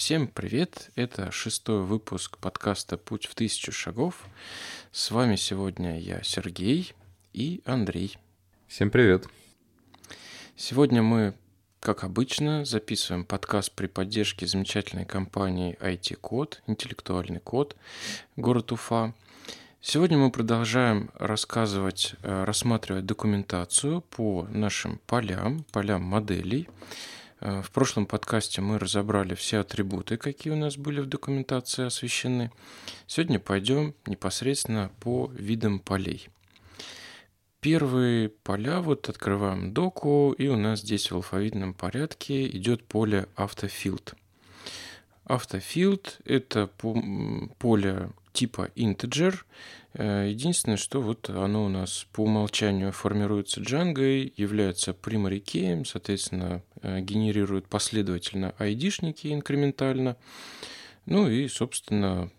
Всем привет! Это 6-й выпуск подкаста «Путь в 1000 шагов». С вами сегодня я, Сергей и Андрей. Всем привет! Сегодня мы, как обычно, записываем подкаст при поддержке замечательной компании IT-код, интеллектуальный код, город Уфа. Сегодня мы продолжаем рассматривать документацию по нашим полям моделей. В прошлом подкасте мы разобрали все атрибуты, какие у нас были в документации освещены. Сегодня пойдем непосредственно по видам полей. Первые поля, открываем доку, и у нас здесь в алфавитном порядке идет поле AutoField. AutoField – это поле типа integer. Единственное, что оно у нас по умолчанию формируется Django, является primary key, соответственно, генерирует последовательно ID-шники инкрементально, ну и, собственно,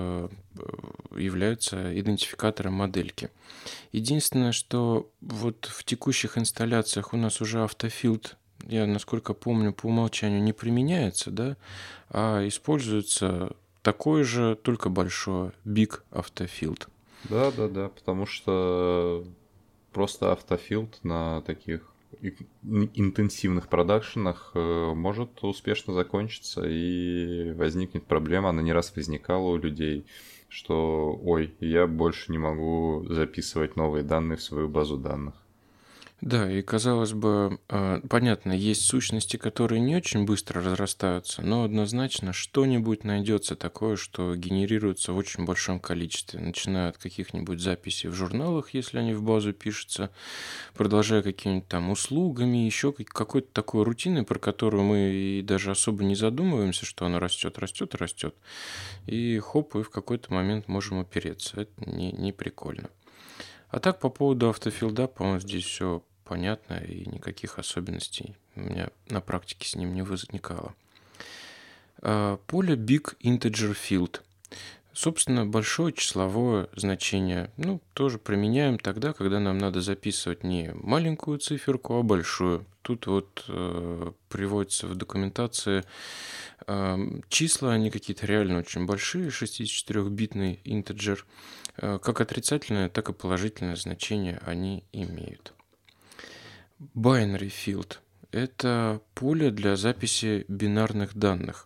является идентификатором модельки. Единственное, что в текущих инсталляциях у нас уже AutoField, я, насколько помню, по умолчанию не применяется, да, а используется такой же, только большой, Big AutoField. Да, потому что просто автофилд на таких интенсивных продакшенах может успешно закончиться, и возникнет проблема, она не раз возникала у людей, что я больше не могу записывать новые данные в свою базу данных. Да, и казалось бы, понятно, есть сущности, которые не очень быстро разрастаются, но однозначно что-нибудь найдется такое, что генерируется в очень большом количестве, начиная от каких-нибудь записей в журналах, если они в базу пишутся, продолжая какими-нибудь там услугами, еще какой-то такой рутиной, про которую мы и даже особо не задумываемся, что она растет, и хоп, и в какой-то момент можем опереться. Это не прикольно. А так, по поводу автофилда, по-моему, здесь все понятно, и никаких особенностей у меня на практике с ним не возникало. Поле Big Integer Field. Собственно, большое числовое значение. Тоже применяем тогда, когда нам надо записывать не маленькую циферку, а большую. Тут приводится в документации числа, они какие-то реально очень большие, 64-битный интеджер. Как отрицательное, так и положительное значение они имеют. Binary Field – это поле для записи бинарных данных.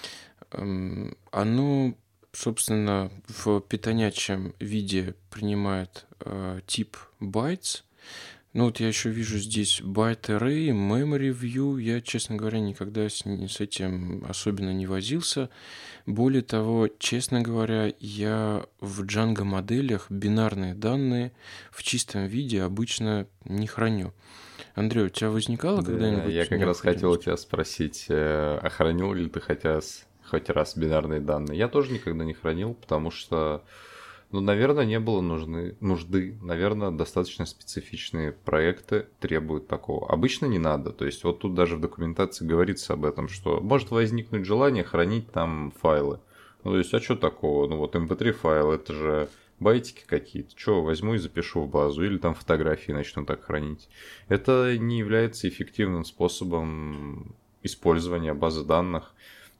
Оно, собственно, в питонячем виде принимает тип bytes. Я еще вижу здесь byte array, memory view. Я, честно говоря, никогда с этим особенно не возился. Более того, честно говоря, я в Django моделях бинарные данные в чистом виде обычно не храню. Андрей, у тебя возникало когда-нибудь? Я как раз хотел у тебя спросить, а хранил ли ты хоть раз бинарные данные? Я тоже никогда не хранил, потому что, наверное, не было нужды. Наверное, достаточно специфичные проекты требуют такого. Обычно не надо. То есть тут даже в документации говорится об этом, что может возникнуть желание хранить там файлы. То есть, а что такого? MP3 файл, это же байтики какие-то. Что, возьму и запишу в базу. Или там фотографии начну так хранить. Это не является эффективным способом использования базы данных.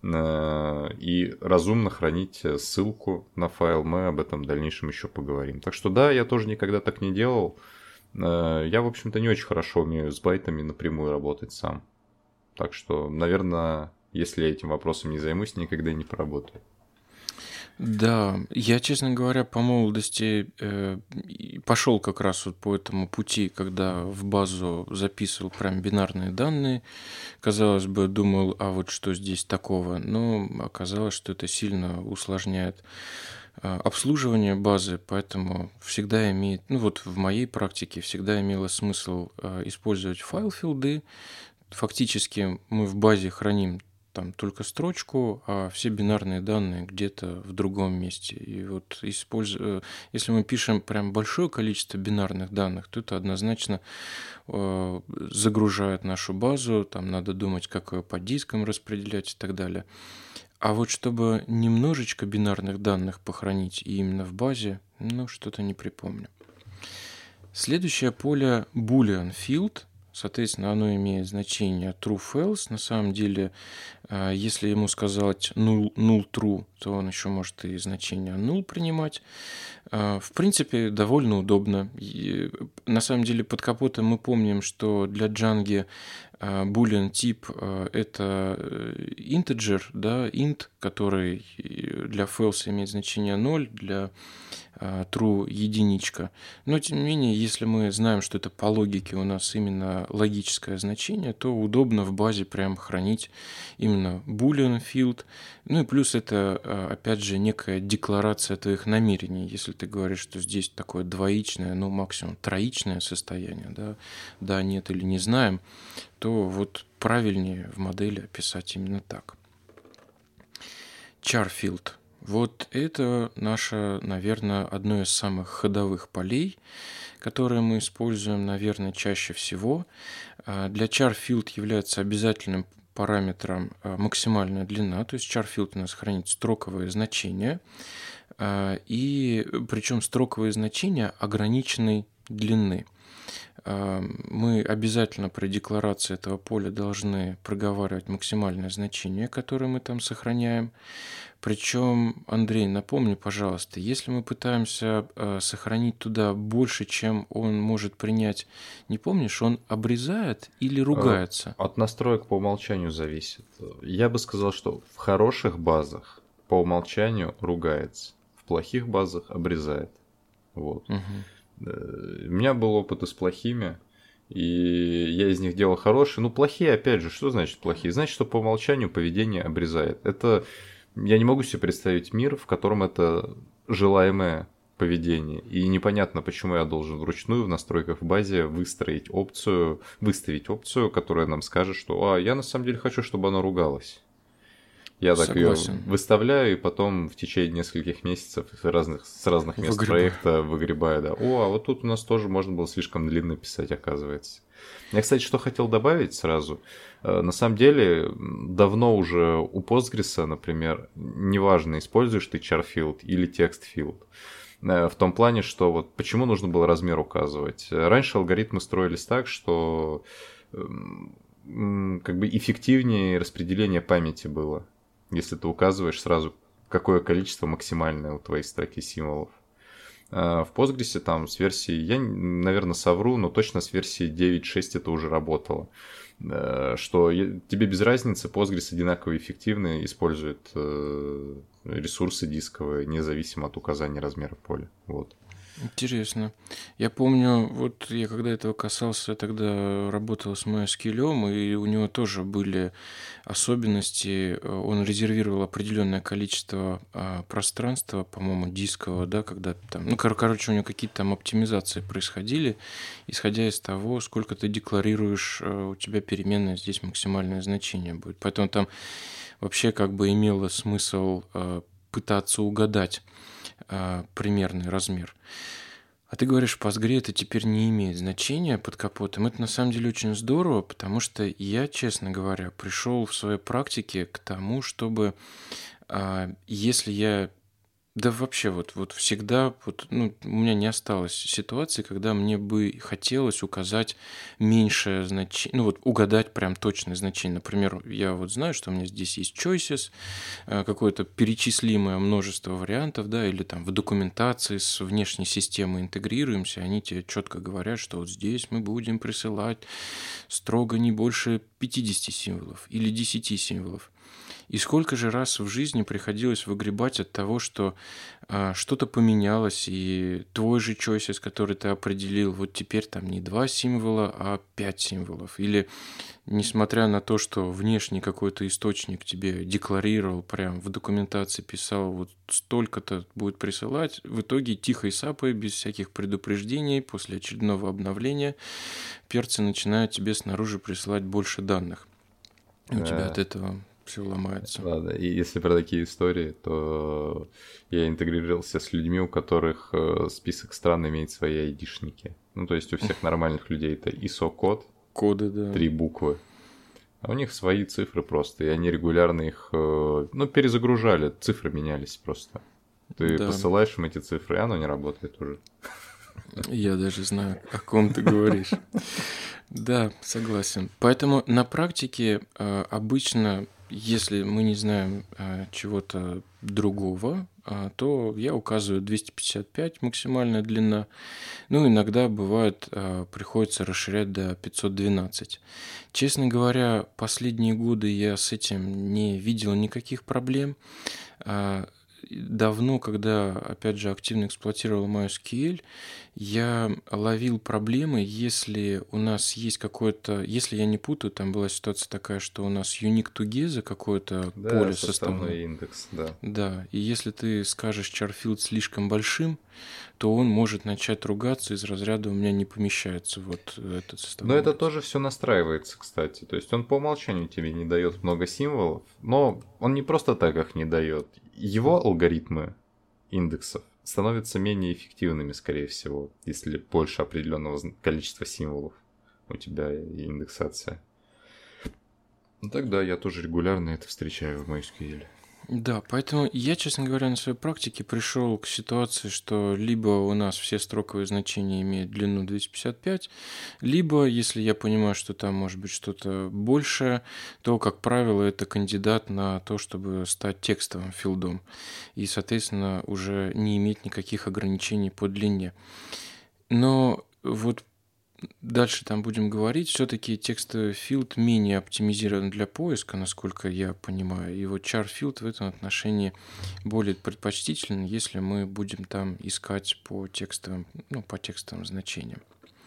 И разумно хранить ссылку на файл. Мы об этом в дальнейшем еще поговорим. Так что да, я тоже никогда так не делал. Я, в общем-то, не очень хорошо умею с байтами напрямую работать сам. Так что, наверное, если я этим вопросом не займусь, никогда не поработаю. Да, я, честно говоря, по молодости пошел как раз по этому пути, когда в базу записывал прям бинарные данные. Казалось бы, думал, а что здесь такого? Но оказалось, что это сильно усложняет обслуживание базы, поэтому всегда имеет, в моей практике всегда имело смысл использовать файл-филды. Фактически мы в базе храним там только строчку, а все бинарные данные где-то в другом месте. И если мы пишем прям большое количество бинарных данных, то это однозначно загружает нашу базу, там надо думать, как ее по дискам распределять и так далее. А чтобы немножечко бинарных данных похоронить и именно в базе, что-то не припомню. Следующее поле Boolean Field. соответственно, оно имеет значение true-false. На самом деле, если ему сказать null-true, то он еще может и значение null принимать. В принципе, довольно удобно. И, на самом деле, под капотом мы помним, что для Django boolean тип это integer, да, int, который для false имеет значение 0, для true единичка. Но, тем не менее, если мы знаем, что это по логике у нас именно логическое значение, то удобно в базе прям хранить именно boolean field. Ну и плюс это, опять же, некая декларация твоих намерений. Если ты говоришь, что здесь такое двоичное, ну максимум троичное состояние, да, нет или не знаем, то вот правильнее в модели описать именно так. Char field. Вот это наше, наверное, одно из самых ходовых полей, которые мы используем, наверное, чаще всего. Для char field является обязательным параметром максимальная длина, то есть char field у нас хранит строковые значения, и причем строковые значения ограниченной длины. Мы обязательно при декларации этого поля должны проговаривать максимальное значение, которое мы там сохраняем. Причем, Андрей, напомни, пожалуйста, если мы пытаемся сохранить туда больше, чем он может принять, не помнишь, он обрезает или ругается? От настроек по умолчанию зависит. Я бы сказал, что в хороших базах по умолчанию ругается, в плохих базах обрезает. Вот. Угу. У меня был опыт и с плохими, и я из них делал хорошие. Ну, плохие, опять же, что значит плохие? Значит, что по умолчанию поведение обрезает. Это я не могу себе представить мир, в котором это желаемое поведение. И непонятно, почему я должен вручную в настройках в базе выставить опцию, которая нам скажет, что я на самом деле хочу, чтобы она ругалась. Я так ее выставляю, и потом в течение нескольких месяцев с разных мест проекта выгребаю. Да. А вот тут у нас тоже можно было слишком длинно писать, оказывается. Я, кстати, что хотел добавить сразу. На самом деле, давно уже у Postgres, например, неважно, используешь ты char field или text field. В том плане, что вот почему нужно было размер указывать. Раньше алгоритмы строились так, что как бы эффективнее распределение памяти было, если ты указываешь сразу, какое количество максимальное у твоей строки символов. В Postgres там с версии, я, наверное, совру, но точно с версии 9.6 это уже работало. Что тебе без разницы, Postgres одинаково эффективно использует ресурсы дисковые, независимо от указания размера поля. Вот. Интересно. Я помню, вот я когда этого касался, я тогда работал с MySQL, и у него тоже были особенности. Он резервировал определенное количество пространства, по-моему, дискового, да, когда там, ну, короче, у него какие-то там оптимизации происходили, исходя из того, сколько ты декларируешь, у тебя переменная здесь максимальное значение будет. Поэтому там вообще как бы имело смысл пытаться угадать примерный размер. А ты говоришь, в Postgre это теперь не имеет значения под капотом. Это на самом деле очень здорово, потому что я, честно говоря, пришел в своей практике к тому, чтобы если я... Да вообще вот всегда у меня не осталось ситуации, когда мне бы хотелось указать меньшее значение, угадать прям точное значение. Например, я вот знаю, что у меня здесь есть choices, какое-то перечислимое множество вариантов, да, или там в документации с внешней системой интегрируемся, они тебе четко говорят, что вот здесь мы будем присылать строго не больше 50 символов или 10 символов. И сколько же раз в жизни приходилось выгребать от того, что что-то поменялось, и твой же choices, который ты определил, вот теперь там не 2 символа, а 5 символов. Или несмотря на то, что внешний какой-то источник тебе декларировал, прям в документации писал, вот столько-то будет присылать, в итоге тихой сапой, без всяких предупреждений, после очередного обновления, перцы начинают тебе снаружи присылать больше данных. И у тебя от этого... все ломается. Ладно, и если про такие истории, то я интегрировался с людьми, у которых список стран имеет свои айдишники. Ну, то есть у всех нормальных людей это ISO-код, коды, да. 3 буквы. А у них свои цифры просто, и они регулярно их, перезагружали, цифры менялись просто. Ты посылаешь им эти цифры, и оно не работает уже. Я даже знаю, о ком ты говоришь. Да, согласен. Поэтому на практике обычно, если мы не знаем чего-то другого, то я указываю 255 максимальная длина. Ну, иногда бывает, приходится расширять до 512. Честно говоря, последние годы я с этим не видел никаких проблем. А, Давно, когда, опять же, активно эксплуатировал MySQL, я ловил проблемы, если у нас есть какое-то, если я не путаю, там была ситуация такая, что у нас unique together какое-то Да, поле составное. составной индекс, да. Да, и если ты скажешь charfield слишком большим, то он может начать ругаться из разряда «у меня не помещается вот этот Но составной это индекс». тоже все настраивается, кстати. То есть он по умолчанию тебе не дает много символов, но он не просто так их не дает. Его алгоритмы индексов становятся менее эффективными, скорее всего, если больше определенного количества символов у тебя индексация. Ну тогда я тоже регулярно это встречаю в MySQL. Да, поэтому я, честно говоря, на своей практике пришел к ситуации, что либо у нас все строковые значения имеют длину 255, либо, если я понимаю, что там может быть что-то большее, то, как правило, это кандидат на то, чтобы стать текстовым филдом и, соответственно, уже не иметь никаких ограничений по длине. Но вот дальше там будем говорить, все-таки текстовый филд менее оптимизирован для поиска, насколько я понимаю. И вот char field в этом отношении более предпочтителен, если мы будем там искать по текстовым, ну, по текстовым значениям.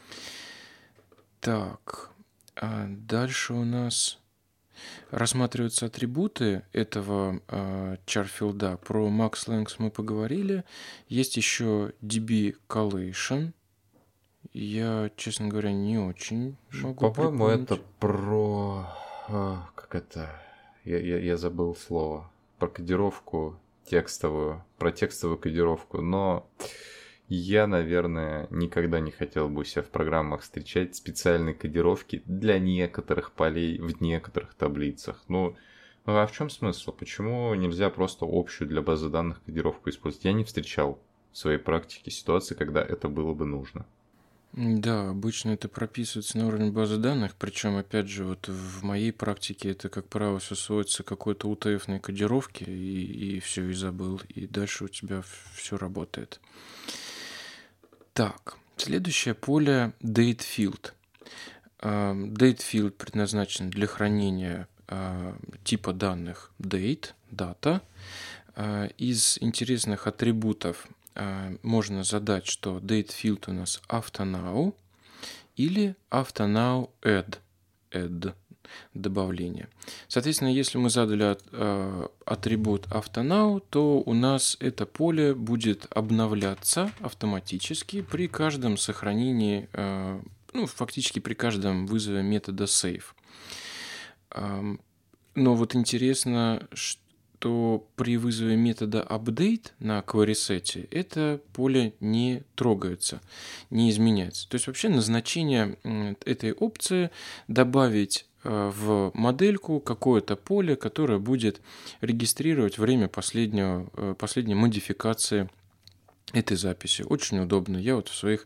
Так, дальше у нас рассматриваются атрибуты этого char field. Про max length мы поговорили. Есть еще db collation. Я, честно говоря, не очень могу По-моему, это припомнить. про... как это? Я забыл слово. Про кодировку текстовую. Про текстовую кодировку. Но я, наверное, никогда не хотел бы у себя в программах встречать специальные кодировки для некоторых полей в некоторых таблицах. Ну, а в чем смысл? Почему нельзя просто общую для базы данных кодировку использовать? Я не встречал в своей практике ситуации, когда это было бы нужно. Да, обычно это прописывается на уровне базы данных, причем, опять же, вот в моей практике это, как правило, все сводится к какой-то UTF-ной кодировке, и все, и забыл, и дальше у тебя все работает. Так, следующее поле date field. Date field предназначен для хранения типа данных date, дата. Из интересных атрибутов можно задать, что date field у нас afternow или afternow add добавление. Соответственно, если мы задали атрибут afternow, то у нас это поле будет обновляться автоматически при каждом сохранении, ну, фактически при каждом вызове метода save. Но вот интересно, что при вызове метода update на query-set это поле не трогается, не изменяется. То есть вообще назначение этой опции добавить в модельку какое-то поле, которое будет регистрировать время последней модификации этой записи. Очень удобно. Я вот в своих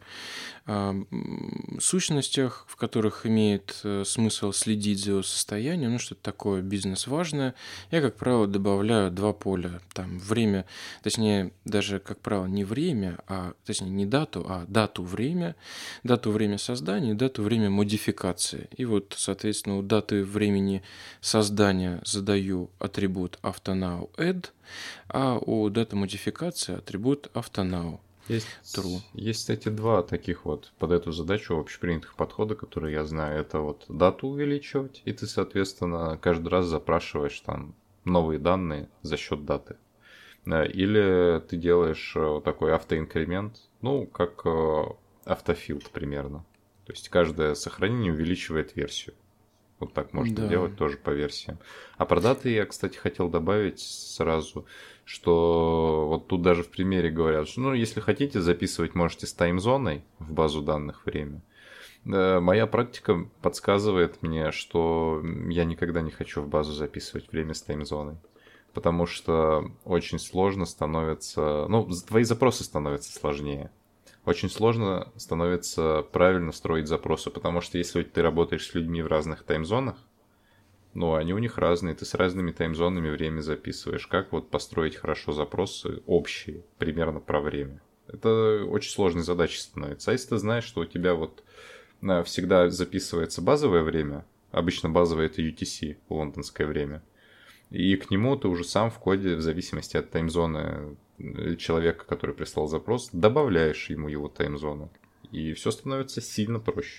сущностях, в которых имеет смысл следить за его состоянием, ну что-то такое бизнес важное, я, как правило, добавляю два поля. Там время, точнее, даже, как правило, не время, точнее, не дату, а дату время создания и дату время модификации. И вот, соответственно, у даты времени создания задаю атрибут afternow_add, а у даты модификации атрибут afternow. True. Есть, кстати, два таких вот под эту задачу общепринятых подхода, которые я знаю. Это вот дату увеличивать, и ты, соответственно, каждый раз запрашиваешь там новые данные за счет даты. Или ты делаешь вот такой автоинкремент, ну, как автофилд примерно. То есть каждое сохранение увеличивает версию. Вот так можно делать тоже по версиям. А про даты я, кстати, хотел добавить сразу, что вот тут даже в примере говорят, что, ну, если хотите записывать, можете с таймзоной в базу данных время. Моя практика подсказывает мне, что я никогда не хочу в базу записывать время с таймзоной. Потому что очень сложно становится... Ну, твои запросы становятся сложнее. очень сложно становится правильно строить запросы, потому что если ты работаешь с людьми в разных таймзонах, ну, они у них разные, ты с разными таймзонами время записываешь. Как вот построить хорошо запросы общие, примерно про время? Это очень сложной задачей становится. А если ты знаешь, что у тебя вот всегда записывается базовое время, обычно базовое это UTC, лондонское время, и к нему ты уже сам в коде, в зависимости от таймзоны человека, который прислал запрос, добавляешь ему его таймзону. И все становится сильно проще.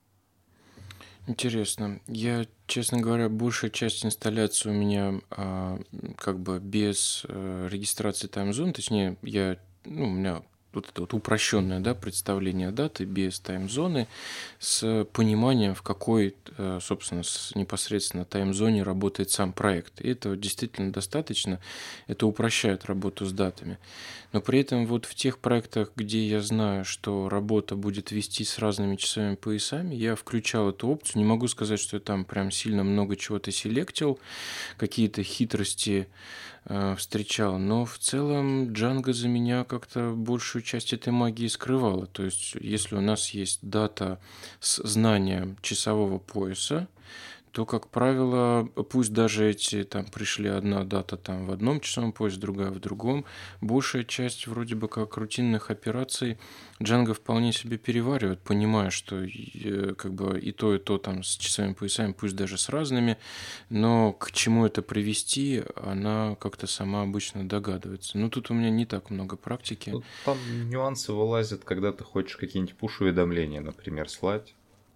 Интересно. Я, честно говоря, большая часть инсталляции у меня как бы без регистрации таймзон, точнее, у меня вот это вот упрощенное, да, представление даты без таймзоны с пониманием, в какой, собственно, непосредственно таймзоне работает сам проект. И этого действительно достаточно. Это упрощает работу с датами. Но при этом вот в тех проектах, где я знаю, что работа будет вести с разными часовыми поясами, я включал эту опцию. Не могу сказать, что я там прям сильно много чего-то селектил, какие-то хитрости встречал, но в целом Django за меня как-то большую часть этой магии скрывала. То есть, если у нас есть дата с знанием часового пояса, то, как правило, пусть даже эти там пришли одна дата там в одном часовом поясе, другая в другом, большая часть вроде бы как рутинных операций Django вполне себе переваривает, понимая, что как бы и то там с часовыми поясами, пусть даже с разными, но к чему это привести, она как-то сама обычно догадывается. Но тут у меня не так много практики. Ну, там нюансы вылазят, когда ты хочешь какие-нибудь пуш-уведомления, например, слать.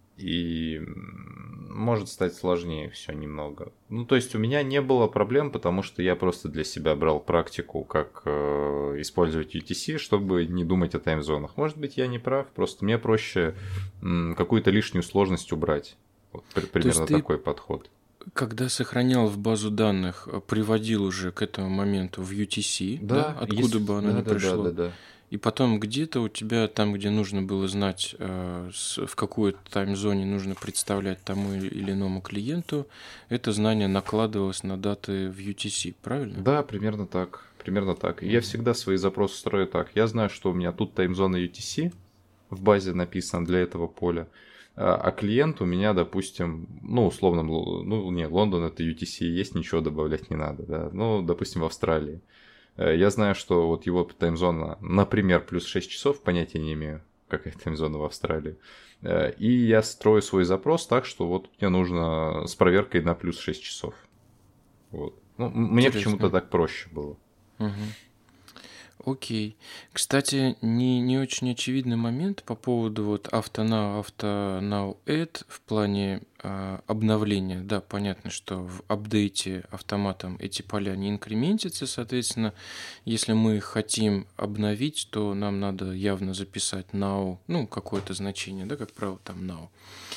И может стать сложнее все немного. Ну, то есть у меня не было проблем, потому что я просто для себя брал практику, как использовать UTC, чтобы не думать о таймзонах. Может быть, я не прав, просто мне проще какую-то лишнюю сложность убрать. Вот, То есть примерно ты, такой подход. когда сохранял в базу данных, приводил уже к этому моменту в UTC, да, Да, откуда бы есть, оно да, ни да, да, да, пришло, да. и потом где-то у тебя, там, где нужно было знать, в какой таймзоне нужно представлять тому или иному клиенту, это знание накладывалось на даты в UTC, правильно? Да, примерно так. Примерно так. И я Мгм. всегда свои запросы строю так. Я знаю, что у меня тут таймзона UTC в базе написано для этого поля. А клиент у меня, допустим, ну, условно, ну, не, Лондон это UTC есть, ничего добавлять не надо, да. Ну, допустим, в Австралии. Я знаю, что вот его таймзона, например, плюс 6 часов, понятия не имею, какая таймзона в Австралии. И я строю свой запрос так, что вот мне нужно с проверкой на плюс 6 часов. Вот. Ну, мне почему-то Интересно. так проще было. Мгм. Окей. Кстати, не очень очевидный момент по поводу вот автонау, автонау add в плане обновления. Да, понятно, что в апдейте автоматом эти поля не инкрементятся, соответственно, если мы их хотим обновить, то нам надо явно записать now, ну, какое-то значение, да, как правило, там now.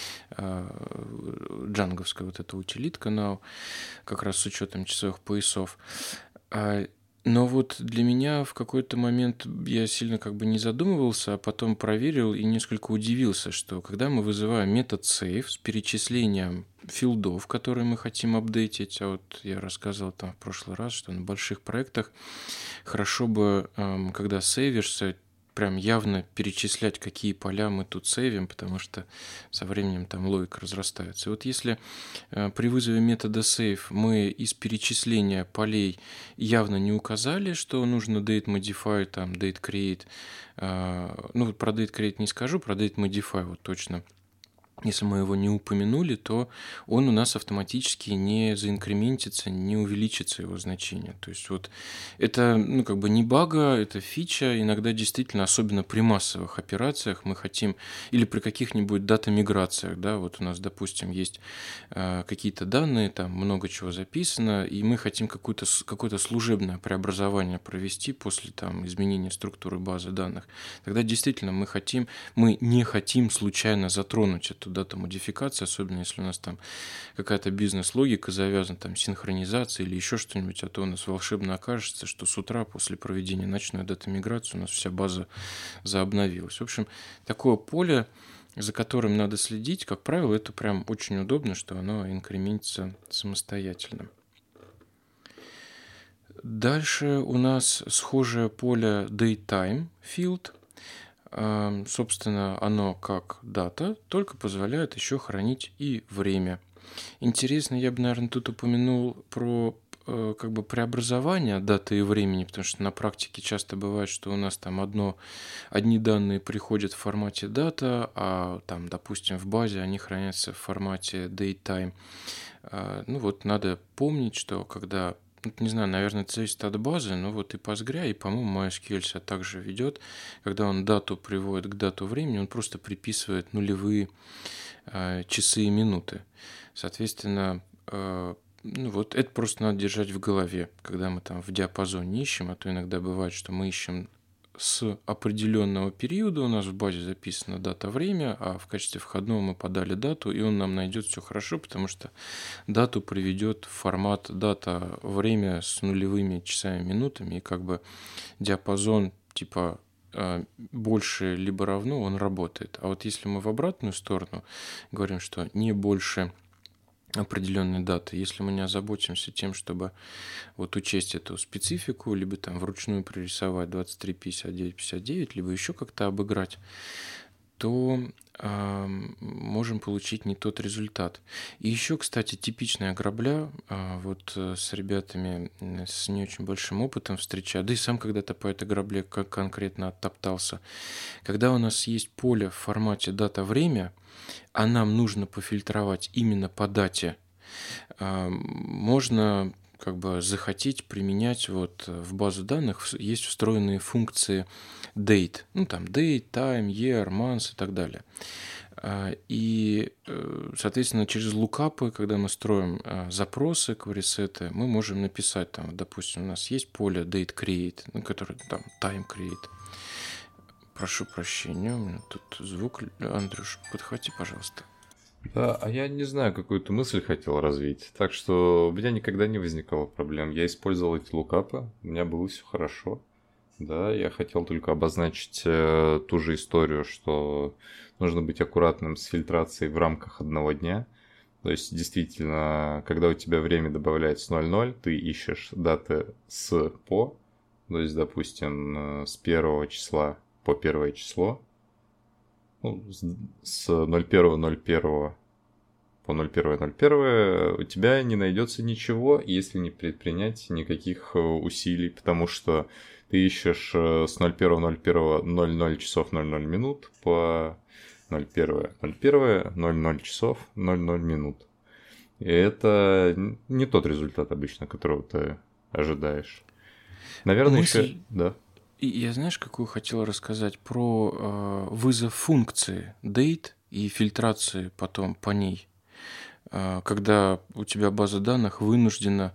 Джанговская вот эта утилитка now, как раз с учетом часовых поясов. А, Но вот для меня в какой-то момент я сильно как бы не задумывался, а потом проверил и несколько удивился, что когда мы вызываем метод save с перечислением филдов, которые мы хотим апдейтить, а вот я рассказывал там в прошлый раз, что на больших проектах хорошо бы, когда сейвишься, прям явно перечислять, какие поля мы тут сейвим, потому что со временем там логика разрастается. И вот если при вызове метода save мы из перечисления полей явно не указали, что нужно date modify, там date create, ну вот про date create не скажу, про date modify вот точно. Если мы его не упомянули, то он у нас автоматически не заинкрементится, не увеличится его значение. То есть вот это, ну, как бы не бага, это фича. Иногда действительно, особенно при массовых операциях, мы хотим, или при каких-нибудь дата-миграциях, да, вот у нас, допустим, есть какие-то данные, там много чего записано, и мы хотим какое-то служебное преобразование провести после там изменения структуры базы данных. Тогда действительно мы не хотим случайно затронуть эту дату модификации, особенно если у нас там какая-то бизнес-логика завязана, там синхронизация или еще что-нибудь, а то у нас волшебно окажется, что с утра после проведения ночной даты миграции у нас вся база заобновилась. В общем, такое поле, за которым надо следить, как правило, это прям очень удобно, что оно инкрементится самостоятельно. Дальше у нас схожее поле DateTime Field. Собственно, оно как дата, только позволяет еще хранить и время. Интересно, я бы, наверное, тут упомянул про как бы преобразование даты и времени, потому что на практике часто бывает, что у нас там одни данные приходят в формате дата, а там, допустим, в базе они хранятся в формате date-time. Ну вот надо помнить, что когда, не знаю, наверное, это зависит от базы, но вот и Postgre, и, по-моему, MySQL себя также ведет, когда он дату приводит к дату времени, он просто приписывает нулевые часы и минуты. Соответственно, ну вот это просто надо держать в голове, когда мы там в диапазоне ищем, а то иногда бывает, что мы ищем с определенного периода, у нас в базе записана дата, время, а в качестве входного мы подали дату, и он нам найдет все хорошо, потому что дату приведет в формат дата, время с нулевыми часами, минутами, и как бы диапазон типа больше либо равно, он работает. А вот если мы в обратную сторону говорим, что не больше определенной даты, если мы не озаботимся тем, чтобы вот учесть эту специфику, либо там вручную прорисовать 23, 59, 59, либо еще как-то обыграть, то можем получить не тот результат. И еще, кстати, типичная грабля, вот с ребятами с не очень большим опытом встречаю, да и сам когда-то по этой грабле конкретно оттоптался. Когда у нас есть поле в формате дата-время, а нам нужно пофильтровать именно по дате, можно как бы захотеть применять вот в базу данных есть встроенные функции date, ну там date, time, year, month и так далее. И, соответственно, через лукапы, когда мы строим запросы, query-сеты, мы можем написать там, допустим, у нас есть поле date create, ну, которое там time create. Прошу прощения, у меня тут звук. Андрюш, подхвати, пожалуйста. Да, а я не знаю, какую ты мысль хотел развить. Так что у меня никогда не возникало проблем. Я использовал эти лукапы, у меня было все хорошо. Да, я хотел только обозначить ту же историю, что нужно быть аккуратным с фильтрацией в рамках одного дня. То есть, действительно, когда у тебя время добавляется 00, ты ищешь даты с по, то есть, допустим, с первого числа по первое число, ну, с 01.01 по 01.01 у тебя не найдется ничего, если не предпринять никаких усилий, потому что ты ищешь с 01.01 00 часов 00 минут по 01.01 00 часов 00 минут. И это не тот результат обычно, которого ты ожидаешь. Наверное, еще... Да. И я знаешь, какую хотел рассказать про вызов функции date и фильтрации потом по ней. Когда у тебя база данных вынуждена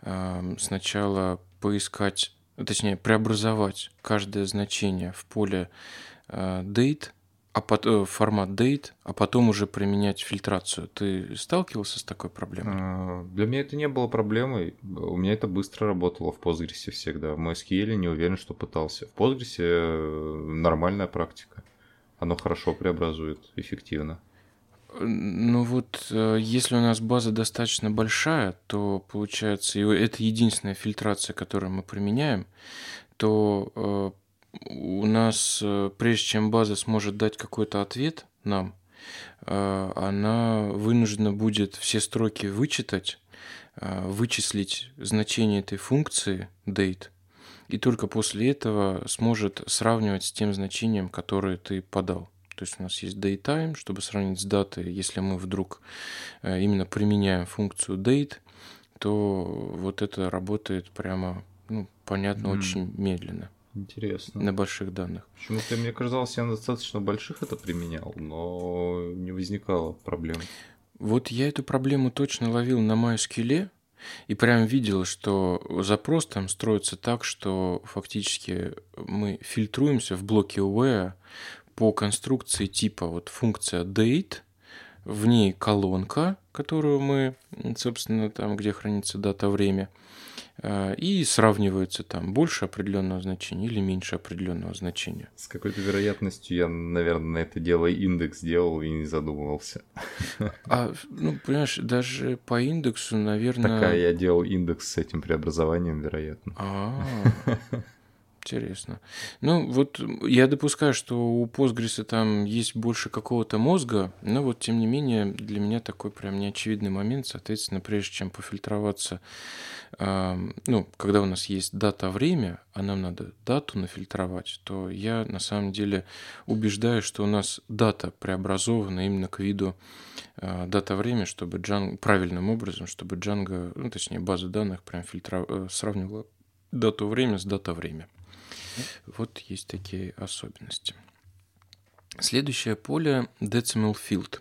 сначала поискать, точнее преобразовать каждое значение в поле date, формат date, а потом уже применять фильтрацию. Ты сталкивался с такой проблемой? Для меня это не было проблемой. У меня это быстро работало в Postgres всегда. В MySQL не уверен, что пытался. В Postgres нормальная практика. Оно хорошо преобразует, эффективно. Ну вот, если у нас база достаточно большая, то получается, и это единственная фильтрация, которую мы применяем, то у нас, прежде чем база сможет дать какой-то ответ нам, она вынуждена будет все строки вычитать, вычислить значение этой функции date, и только после этого сможет сравнивать с тем значением, которое ты подал. То есть у нас есть datetime, чтобы сравнить с датой. Если мы вдруг именно применяем функцию date, то вот это работает прямо, понятно, очень медленно. Интересно. На больших данных. Почему-то мне казалось, я на достаточно больших это применял, но не возникало проблем. Вот я эту проблему точно ловил на MySQL и прям видел, что запрос там строится так, что фактически мы фильтруемся в блоке aware по конструкции типа вот функция date, в ней колонка, которую мы, собственно, там, где хранится дата, время, и сравниваются там больше определенного значения или меньше определенного значения. С какой-то вероятностью я, наверное, на это дело индекс делал и не задумывался. Понимаешь, даже по индексу, наверное... Такая я делал индекс с этим преобразованием, вероятно. Интересно. Ну, вот я допускаю, что у Postgres там есть больше какого-то мозга, но вот тем не менее для меня такой прям неочевидный момент. Соответственно, прежде чем пофильтроваться, ну, когда у нас есть дата-время, а нам надо дату нафильтровать, то я на самом деле убеждаюсь, что у нас дата преобразована именно к виду дата-время, чтобы Django правильным образом, чтобы Django, ну, точнее, база данных прям сравнивала дату-время с дата-время. Вот есть такие особенности. Следующее поле Decimal Field.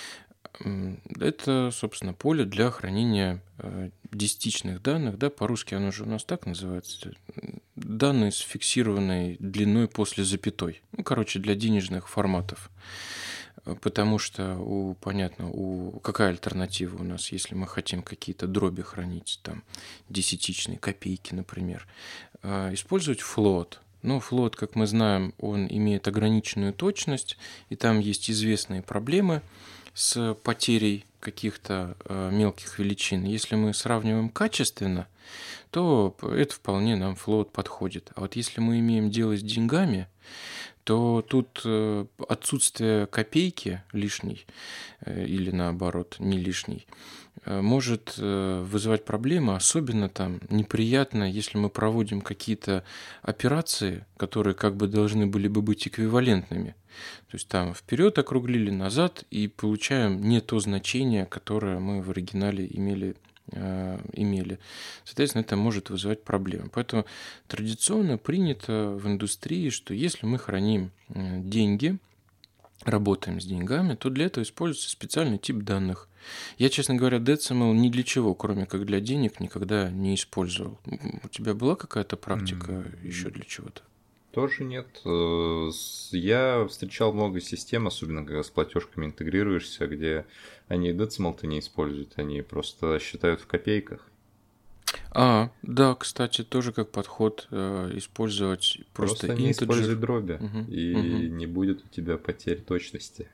Это, собственно, поле для хранения десятичных данных. Да, по-русски оно же у нас так называется. Данные с фиксированной длиной после запятой. Ну, короче, для денежных форматов. Потому что, понятно, какая альтернатива у нас, если мы хотим какие-то дроби хранить, там, десятичные, копейки, например. Использовать float. Но float, как мы знаем, он имеет ограниченную точность, и там есть известные проблемы с потерей каких-то мелких величин. Если мы сравниваем качественно, то это вполне нам float подходит. А вот если мы имеем дело с деньгами, то тут отсутствие копейки лишней или наоборот не лишней может вызывать проблемы, особенно там неприятно, если мы проводим какие-то операции, которые как бы должны были бы быть эквивалентными. То есть там вперед округлили, назад и получаем не то значение, которое мы в оригинале имели. Соответственно, это может вызывать проблемы. Поэтому традиционно принято в индустрии, что если мы храним деньги, работаем с деньгами, то для этого используется специальный тип данных. Я, честно говоря, Decimal ни для чего, кроме как для денег, никогда не использовал. У тебя была какая-то практика еще для чего-то? Тоже нет. Я встречал много систем, особенно когда с платежками интегрируешься, где они decimal-то не используют, они просто считают в копейках. Да, кстати, тоже как подход использовать просто не integer. используй дроби, и не будет у тебя потерь точности.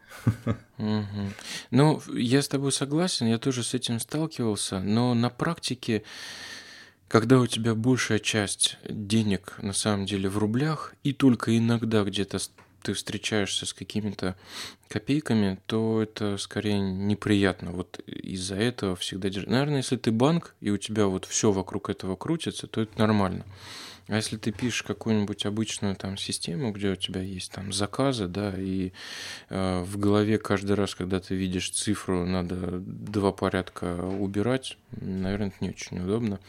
Ну, я с тобой согласен, я тоже с этим сталкивался, но на практике, когда у тебя большая часть денег на самом деле в рублях, и только иногда где-то ты встречаешься с какими-то копейками, то это скорее неприятно. Вот из-за этого всегда держать. Наверное, если ты банк, и у тебя вот все вокруг этого крутится, то это нормально. А если ты пишешь какую-нибудь обычную там систему, где у тебя есть там заказы, да, и в голове каждый раз, когда ты видишь цифру, надо 2 порядка убирать, наверное, это не очень удобно.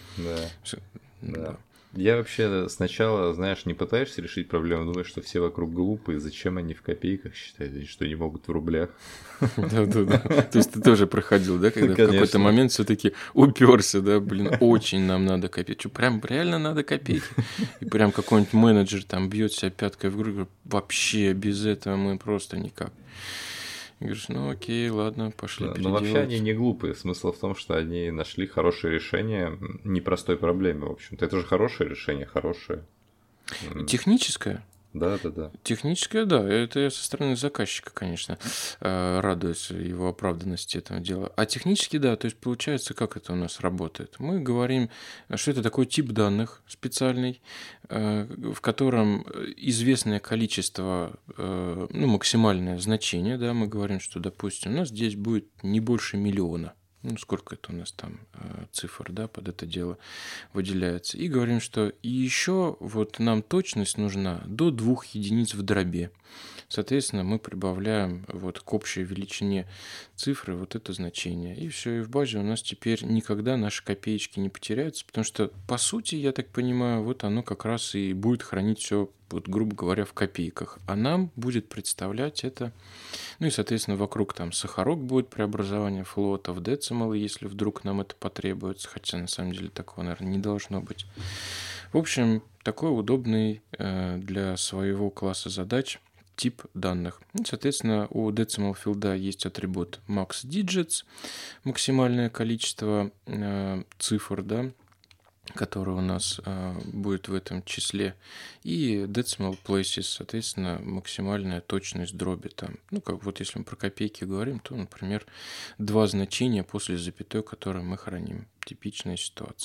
Да. Я вообще сначала, знаешь, не пытаешься решить проблему, думаешь, что все вокруг глупые, зачем они в копейках считают, и что не могут в рублях. Да. То есть ты тоже проходил, да, когда в какой-то момент все-таки уперся, да, блин, очень нам надо копейки. Что, прям реально надо копейки? И прям какой-нибудь менеджер там бьет себя пяткой в грудь, говорит, вообще без этого мы просто никак. И говоришь, ну окей, ладно, пошли переделывать. Но вообще они не глупые. Смысл в том, что они нашли хорошее решение непростой проблемы, в общем-то. Это же хорошее решение, хорошее. Техническое? Да. Техническое, да. Это я со стороны заказчика, конечно, радуюсь его оправданности этого дела. А технически, да, то есть получается, как это у нас работает. Мы говорим, что это такой тип данных специальный, в котором известное количество, ну, максимальное значение, да, мы говорим, что, допустим, у нас здесь будет не больше 1 миллиона. Ну, сколько это у нас там цифр, да, под это дело выделяется. И говорим, что и еще вот нам точность нужна до 2 единиц в дробе. Соответственно, мы прибавляем вот к общей величине цифры вот это значение. И все, и в базе у нас теперь никогда наши копеечки не потеряются, потому что, по сути, я так понимаю, вот оно как раз и будет хранить все, вот, грубо говоря, в копейках. А нам будет представлять это, ну и, соответственно, вокруг там сахарок будет преобразование флота в децималы, если вдруг нам это потребуется, хотя на самом деле такого, наверное, не должно быть. В общем, такой удобный для своего класса задач тип данных. Соответственно, у decimal field есть атрибут max_digits, максимальное количество цифр, да, которое у нас будет в этом числе, и decimal places, соответственно, максимальная точность дроби там. Ну, как вот если мы про копейки говорим, то, например, 2 значения после запятой, которые мы храним. Типичная ситуация.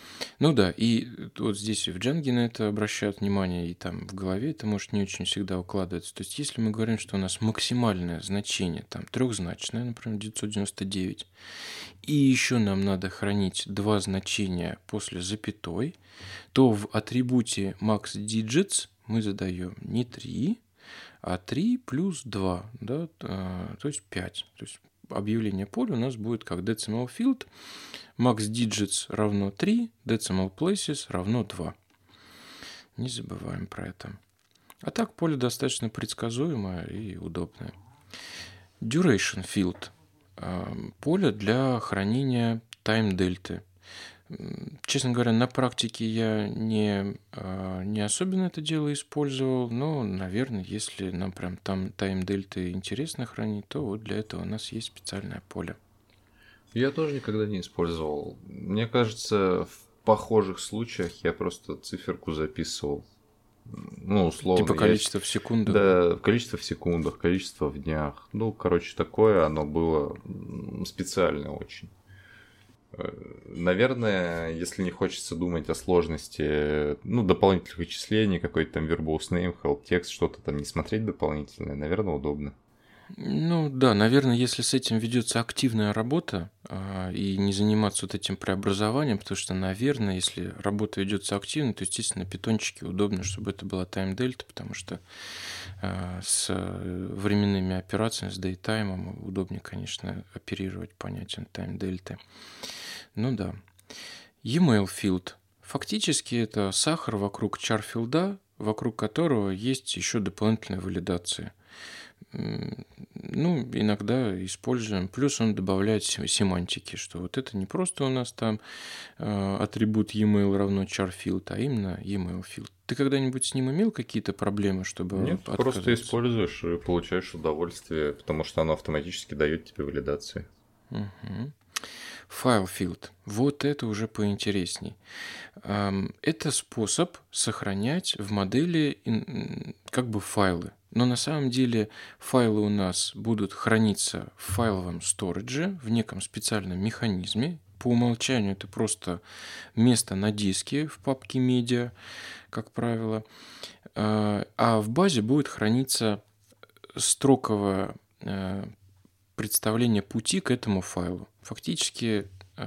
Ну да, и вот здесь и в Django на это обращают внимание, и там в голове это может не очень всегда укладываться. То есть если мы говорим, что у нас максимальное значение там трехзначное, например, 999, и еще нам надо хранить два значения после запятой, то в атрибуте maxDigits мы задаем не 3, а 3 плюс 2, да, то есть 5. То есть объявление поля у нас будет как decimal field, maxDigits равно 3, decimal places равно 2. Не забываем про это. А так поле достаточно предсказуемое и удобное. Duration field – поле для хранения тайм-дельты. Честно говоря, на практике я не особенно это дело использовал, но, наверное, если нам прям там тайм-дельты интересно хранить, то вот для этого у нас есть специальное поле. Я тоже никогда не использовал. Мне кажется, в похожих случаях я просто циферку записывал. Ну, условно. Типа количество в секундах. Да, количество в секундах, количество в днях. Ну, короче, такое оно было специальное очень. Наверное, если не хочется думать о сложности, ну, дополнительных вычислений, какой-то там verbose name, help text, что-то там не смотреть дополнительное, наверное, удобно. Ну да, наверное, если с этим ведется активная работа и не заниматься вот этим преобразованием, потому что, наверное, если работа ведется активно, то, естественно, на питончике удобно, чтобы это была тайм-дельта, потому что с временными операциями, с дейтаймом удобнее, конечно, оперировать понятием тайм-дельты. Ну да. E-mail field. Фактически это сахар вокруг char-филда, вокруг которого есть еще дополнительная валидация. Ну, иногда используем. Плюс он добавляет семантики, что вот это не просто у нас там атрибут e-mail равно char-field, а именно e-mail field. Ты когда-нибудь с ним имел какие-то проблемы, чтобы Нет, просто используешь и получаешь удовольствие, потому что оно автоматически дает тебе валидацию. Угу. File field. Вот это уже поинтересней. Это способ сохранять в модели как бы файлы. Но на самом деле файлы у нас будут храниться в файловом сторидже, в неком специальном механизме. По умолчанию это просто место на диске в папке медиа, как правило. А в базе будет храниться строковое представление пути к этому файлу. Фактически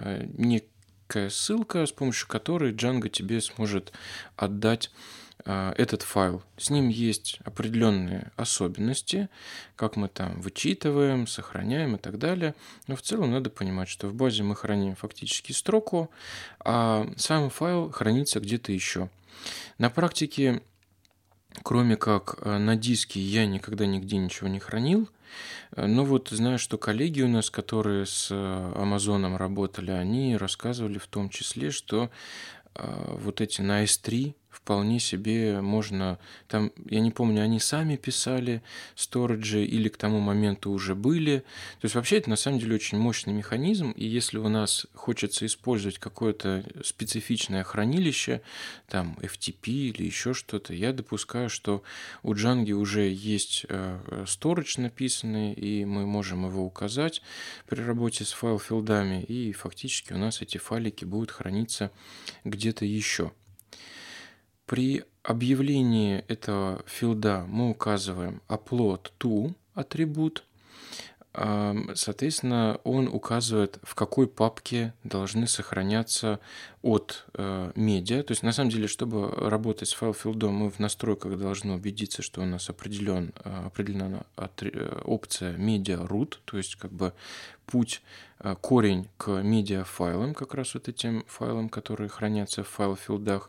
некая ссылка, с помощью которой Django тебе сможет отдать этот файл. С ним есть определенные особенности, как мы там вычитываем, сохраняем и так далее. Но в целом надо понимать, что в базе мы храним фактически строку, а сам файл хранится где-то еще. На практике, кроме как на диске, я никогда нигде ничего не хранил. Но вот знаю, что коллеги у нас, которые с Амазоном работали, они рассказывали в том числе, что вот эти на S3 вполне себе можно, там, я не помню, они сами писали сториджи или к тому моменту уже были. То есть вообще это на самом деле очень мощный механизм, и если у нас хочется использовать какое-то специфичное хранилище, там FTP или еще что-то, я допускаю, что у Django уже есть сторидж написанный, и мы можем его указать при работе с файл-филдами, и фактически у нас эти файлики будут храниться где-то еще. При объявлении этого филда мы указываем upload to атрибут. Соответственно, он указывает, в какой папке должны сохраняться от медиа. То есть, на самом деле, чтобы работать с файл-филдом, мы в настройках должны убедиться, что у нас определена опция media root, то есть, как бы путь, корень к медиафайлам, как раз вот этим файлам, которые хранятся в файл-филдах.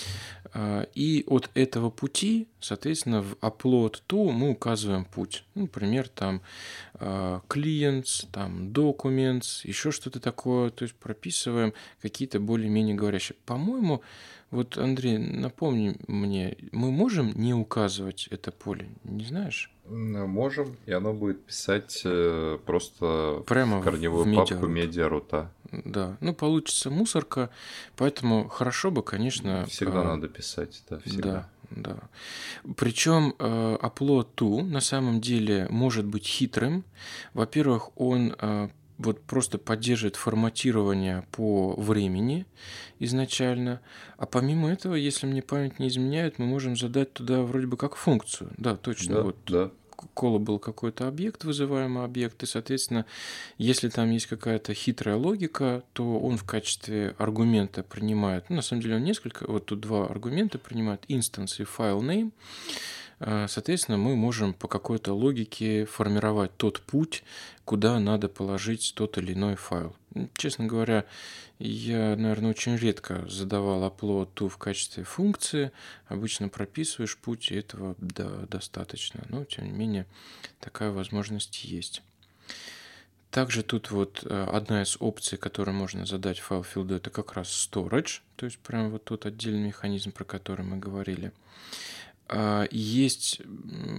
И от этого пути, соответственно, в upload to мы указываем путь. Например, там clients, там documents, еще что-то такое. То есть прописываем какие-то более-менее говорящие. По-моему, вот, Андрей, напомни мне, мы можем не указывать это поле? Не знаешь? Можем, и оно будет писать просто прямо в корневую папку медиарута. Да, ну получится мусорка, поэтому хорошо бы, конечно... Всегда надо писать, да, всегда. Да. Причем upload to на самом деле может быть хитрым. Во-первых, он вот просто поддерживает форматирование по времени изначально. А помимо этого, если мне память не изменяет, мы можем задать туда вроде бы как функцию. Да, точно. Да, Вот да. callable какой-то объект, вызываемый объект, и, соответственно, если там есть какая-то хитрая логика, то он в качестве аргумента принимает, ну, на самом деле он несколько, вот тут два аргумента принимает, instance и file name. Соответственно, мы можем по какой-то логике формировать тот путь, куда надо положить тот или иной файл. Честно говоря, я, наверное, очень редко задавал upload to в качестве функции. Обычно прописываешь путь, и этого достаточно. Но, тем не менее, такая возможность есть. Также тут вот одна из опций, которую можно задать файл филду, это как раз storage. То есть прям вот тот отдельный механизм, про который мы говорили. Есть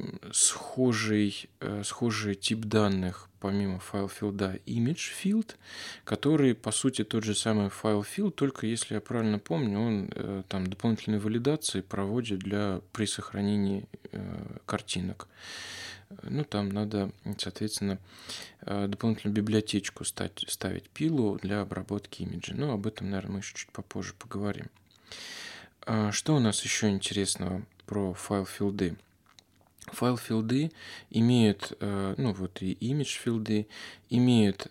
схожий тип данных, помимо файл филда, image field, который, по сути, тот же самый файл field, только, если я правильно помню, он там дополнительные валидации проводит при сохранении картинок. Ну, там надо, соответственно, дополнительную библиотечку ставить пилу для обработки имиджа. Но об этом, наверное, мы еще чуть попозже поговорим. Что у нас еще интересного про файл-филды? Файл-филды имеют, ну вот и image-филды, имеют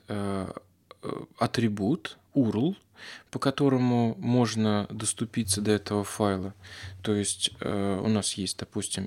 атрибут URL, по которому можно доступиться до этого файла. То есть у нас есть, допустим,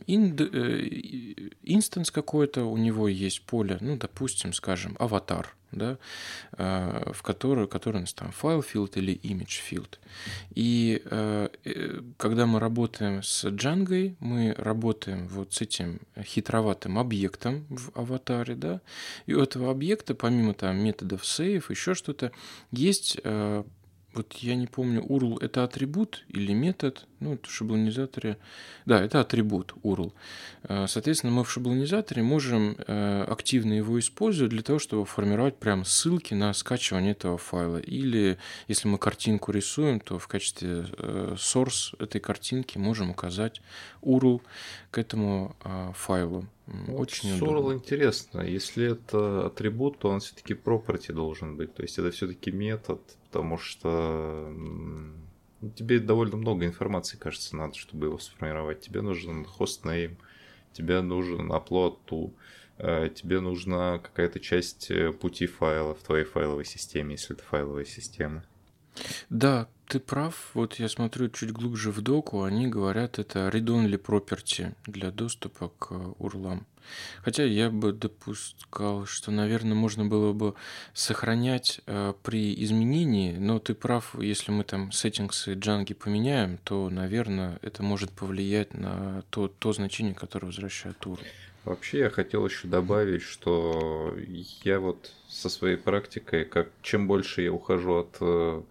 инстанс какой-то, у него есть поле, ну, допустим, скажем, аватар, да, в который у нас там файл field или image field. И когда мы работаем с Django, мы работаем вот с этим хитроватым объектом в аватаре, да, и у этого объекта, помимо там методов save, еще что-то, есть вот я не помню, URL это атрибут или метод, ну, в шаблонизаторе, да, это атрибут URL. Соответственно, мы в шаблонизаторе можем активно его использовать для того, чтобы формировать прям ссылки на скачивание этого файла. Или, если мы картинку рисуем, то в качестве source этой картинки можем указать URL к этому файлу. Очень удобно. URL интересно. Если это атрибут, то он все-таки property должен быть. То есть это все-таки метод, потому что тебе довольно много информации, кажется, надо, чтобы его сформировать. Тебе нужен hostname, тебе нужен upload to, тебе нужна какая-то часть пути файла в твоей файловой системе, если это файловая система. Да, ты прав. Вот я смотрю чуть глубже в доку, они говорят, это read-only property для доступа к URL. Хотя я бы допускал, что, наверное, можно было бы сохранять при изменении, но ты прав, если мы там settings и Django поменяем, то, наверное, это может повлиять на то значение, которое возвращает URL. Вообще я хотел еще добавить, что я вот со своей практикой, чем больше я ухожу от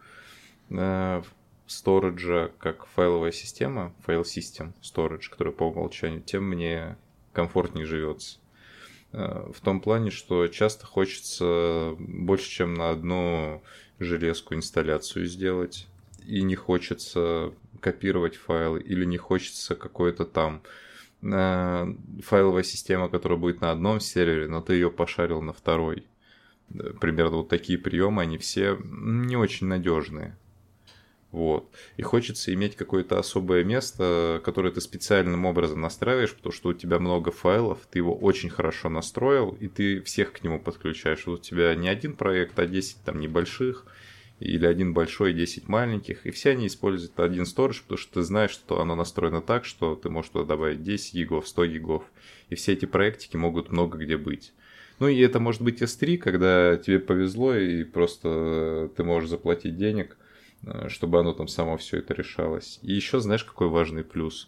сториджа как файловая система, файл систем storage, который по умолчанию, тем мне комфортнее живется. В том плане, что часто хочется больше, чем на одну железку инсталляцию сделать, и не хочется копировать файлы, или не хочется какой-то там файловая система, которая будет на одном сервере, но ты ее пошарил на второй. Примерно вот такие приемы, они все не очень надежные. Вот. И хочется иметь какое-то особое место, которое ты специальным образом настраиваешь, потому что у тебя много файлов, ты его очень хорошо настроил, и ты всех к нему подключаешь. Вот у тебя не один проект, а 10 там небольших, или один большой и 10 маленьких, и все они используют один сторидж, потому что ты знаешь, что оно настроено так, что ты можешь туда добавить 10 гигов, 100 гигов, и все эти проектики могут много где быть. Ну и это может быть S3, когда тебе повезло, и просто ты можешь заплатить денег, чтобы оно там само все это решалось. И еще знаешь, какой важный плюс?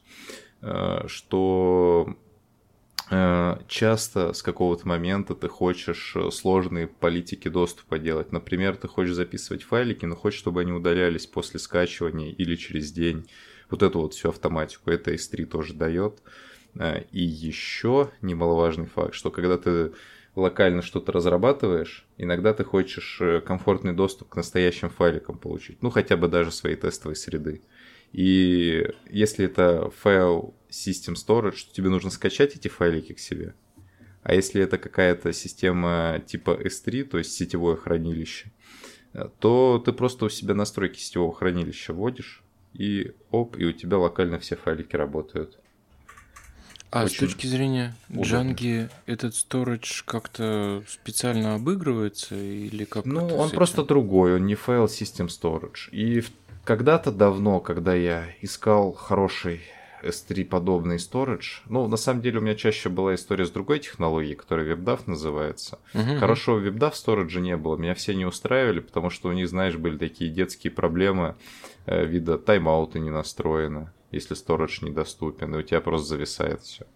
Что часто с какого-то момента ты хочешь сложные политики доступа делать. Например, ты хочешь записывать файлики, но хочешь, чтобы они удалялись после скачивания или через день. Вот эту вот всю автоматику. Это S3 тоже дает. И еще немаловажный факт, что когда ты локально что-то разрабатываешь, иногда ты хочешь комфортный доступ к настоящим файликам получить. Ну, хотя бы даже своей тестовой среды. И если это файл System Storage, то тебе нужно скачать эти файлики к себе, А если это какая-то система типа S3, то есть сетевое хранилище, то ты просто у себя настройки сетевого хранилища вводишь, и оп, и у тебя локально все файлики работают. А с Очень точки зрения удобно. Django этот storage как-то специально обыгрывается или как Ну, это он с просто этим? другой, он не файл System Storage. И когда-то давно, когда я искал хороший S3 подобный storage, ну, на самом деле у меня чаще была история с другой технологией, которая WebDAV называется. Мгм, мгм. Хорошего WebDAV storage не было, меня все не устраивали, потому что у них, знаешь, были такие детские проблемы вида тайм-ауты не настроены, если storage недоступен, и у тебя просто зависает все.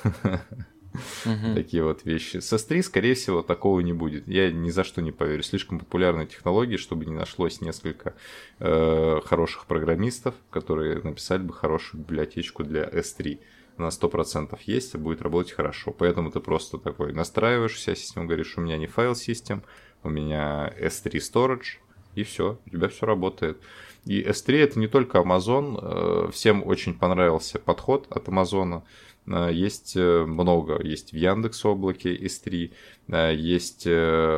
Мгм. Такие вот вещи. С S3, скорее всего, такого не будет. Я ни за что не поверю. Слишком популярная технология, чтобы не нашлось несколько хороших программистов, которые написали бы хорошую библиотечку для S3. На 100% есть, и будет работать хорошо. Поэтому ты просто такой настраиваешь вся система, говоришь, у меня не файл систем, у меня S3 Storage, и все, у тебя все работает. И S3 это не только Amazon, всем очень понравился подход от Amazon. Есть много, есть в Яндекс.Облаке S3, есть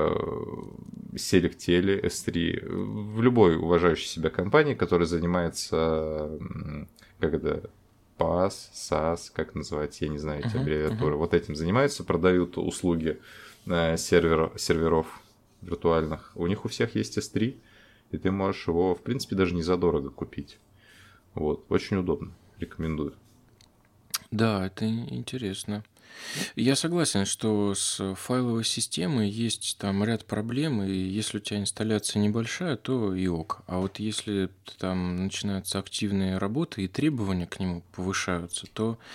Selectele S3, в любой уважающей себя компании, которая занимается, как это, PaaS, SaaS, как называется, я не знаю эти Мгм, мгм. аббревиатуры, вот этим занимаются, продают услуги серверов виртуальных. У них у всех есть S3, и ты можешь его, в принципе, даже не задорого купить. Вот, очень удобно, рекомендую. Да, это интересно. Я согласен, что с файловой системой есть там ряд проблем, и если у тебя инсталляция небольшая, то и ок. А вот если там начинаются активные работы и требования к нему повышаются,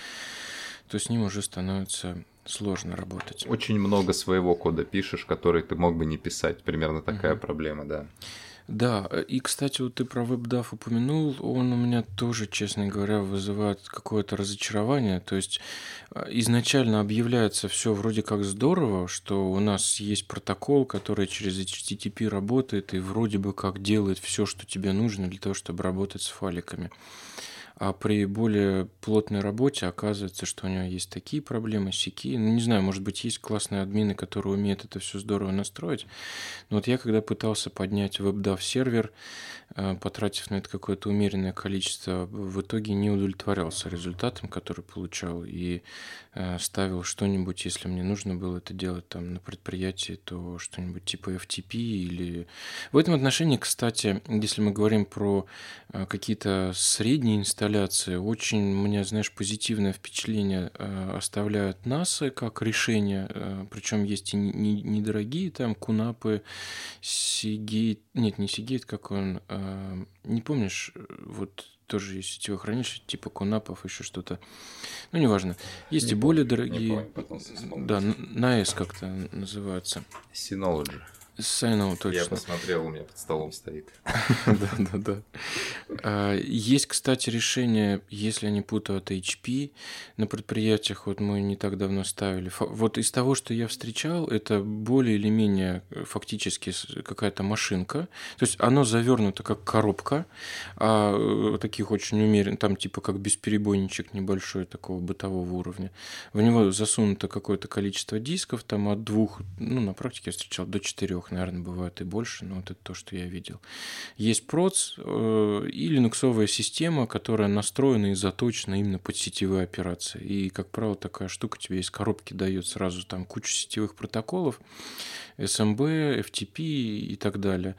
то с ним уже становится сложно работать. Очень много своего кода пишешь, который ты мог бы не писать. Примерно такая Мгм. проблема, да. Да, и, кстати, вот ты про WebDAV упомянул, он у меня тоже, честно говоря, вызывает какое-то разочарование. То есть изначально объявляется все вроде как здорово, что у нас есть протокол, который через HTTP работает и вроде бы как делает все, что тебе нужно для того, чтобы работать с файликами. А при более плотной работе оказывается, что у него есть такие проблемы, сякие. Ну, не знаю, может быть, есть классные админы, которые умеют это все здорово настроить. Но вот я когда пытался поднять WebDAV сервер, потратив на это какое-то умеренное количество, в итоге не удовлетворялся результатом, который получал, и ставил что-нибудь, если мне нужно было это делать там на предприятии, то что-нибудь типа FTP или... В этом отношении, кстати, если мы говорим про какие-то средние инсталляции, очень мне, знаешь, позитивное впечатление оставляют NASA как решение, причем есть и недорогие там кунапы, Seagate, нет, не Seagate, как он, не помнишь, вот тоже есть сетевое хранилище, типа Кунапов, еще что-то. Ну, неважно. Есть и более Не дорогие, помню, пытался да, вспомнить. на S как-то называются. Synology. Сайнал Я точно. посмотрел, у меня под столом стоит. Да, да, да. Есть, кстати, решение, если я не путаю, от HP на предприятиях, вот мы не так давно ставили. Вот из того, что я встречал, это более или менее фактически какая-то машинка. То есть оно завернуто как коробка, таких очень умеренно, там типа как бесперебойничек небольшой такого бытового уровня. В него засунуто какое-то количество дисков, там от 2, ну, на практике я встречал до 4, наверное, бывает и больше, но вот это то, что я видел. Есть проц и линуксовая система, которая настроена и заточена именно под сетевые операции. И, как правило, такая штука тебе из коробки дает сразу там кучу сетевых протоколов, SMB, FTP и так далее.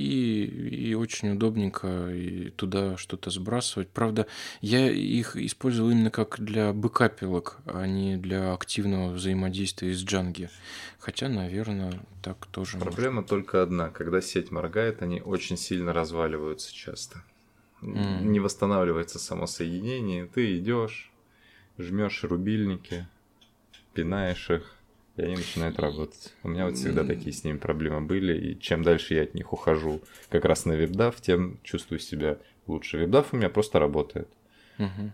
И очень удобненько и туда что-то сбрасывать. Правда, я их использовал именно как для бэкапилок, а не для активного взаимодействия с Django. Хотя, наверное, так тоже можно. Проблема только одна. Когда сеть моргает, они очень сильно разваливаются часто. М. Не восстанавливается само соединение. Ты идешь, жмешь рубильники, пинаешь их, и они начинают работать. У меня вот всегда такие с ними проблемы были, и чем дальше я от них ухожу как раз на WebDAV, тем чувствую себя лучше. WebDAV у меня просто работает. Мгм.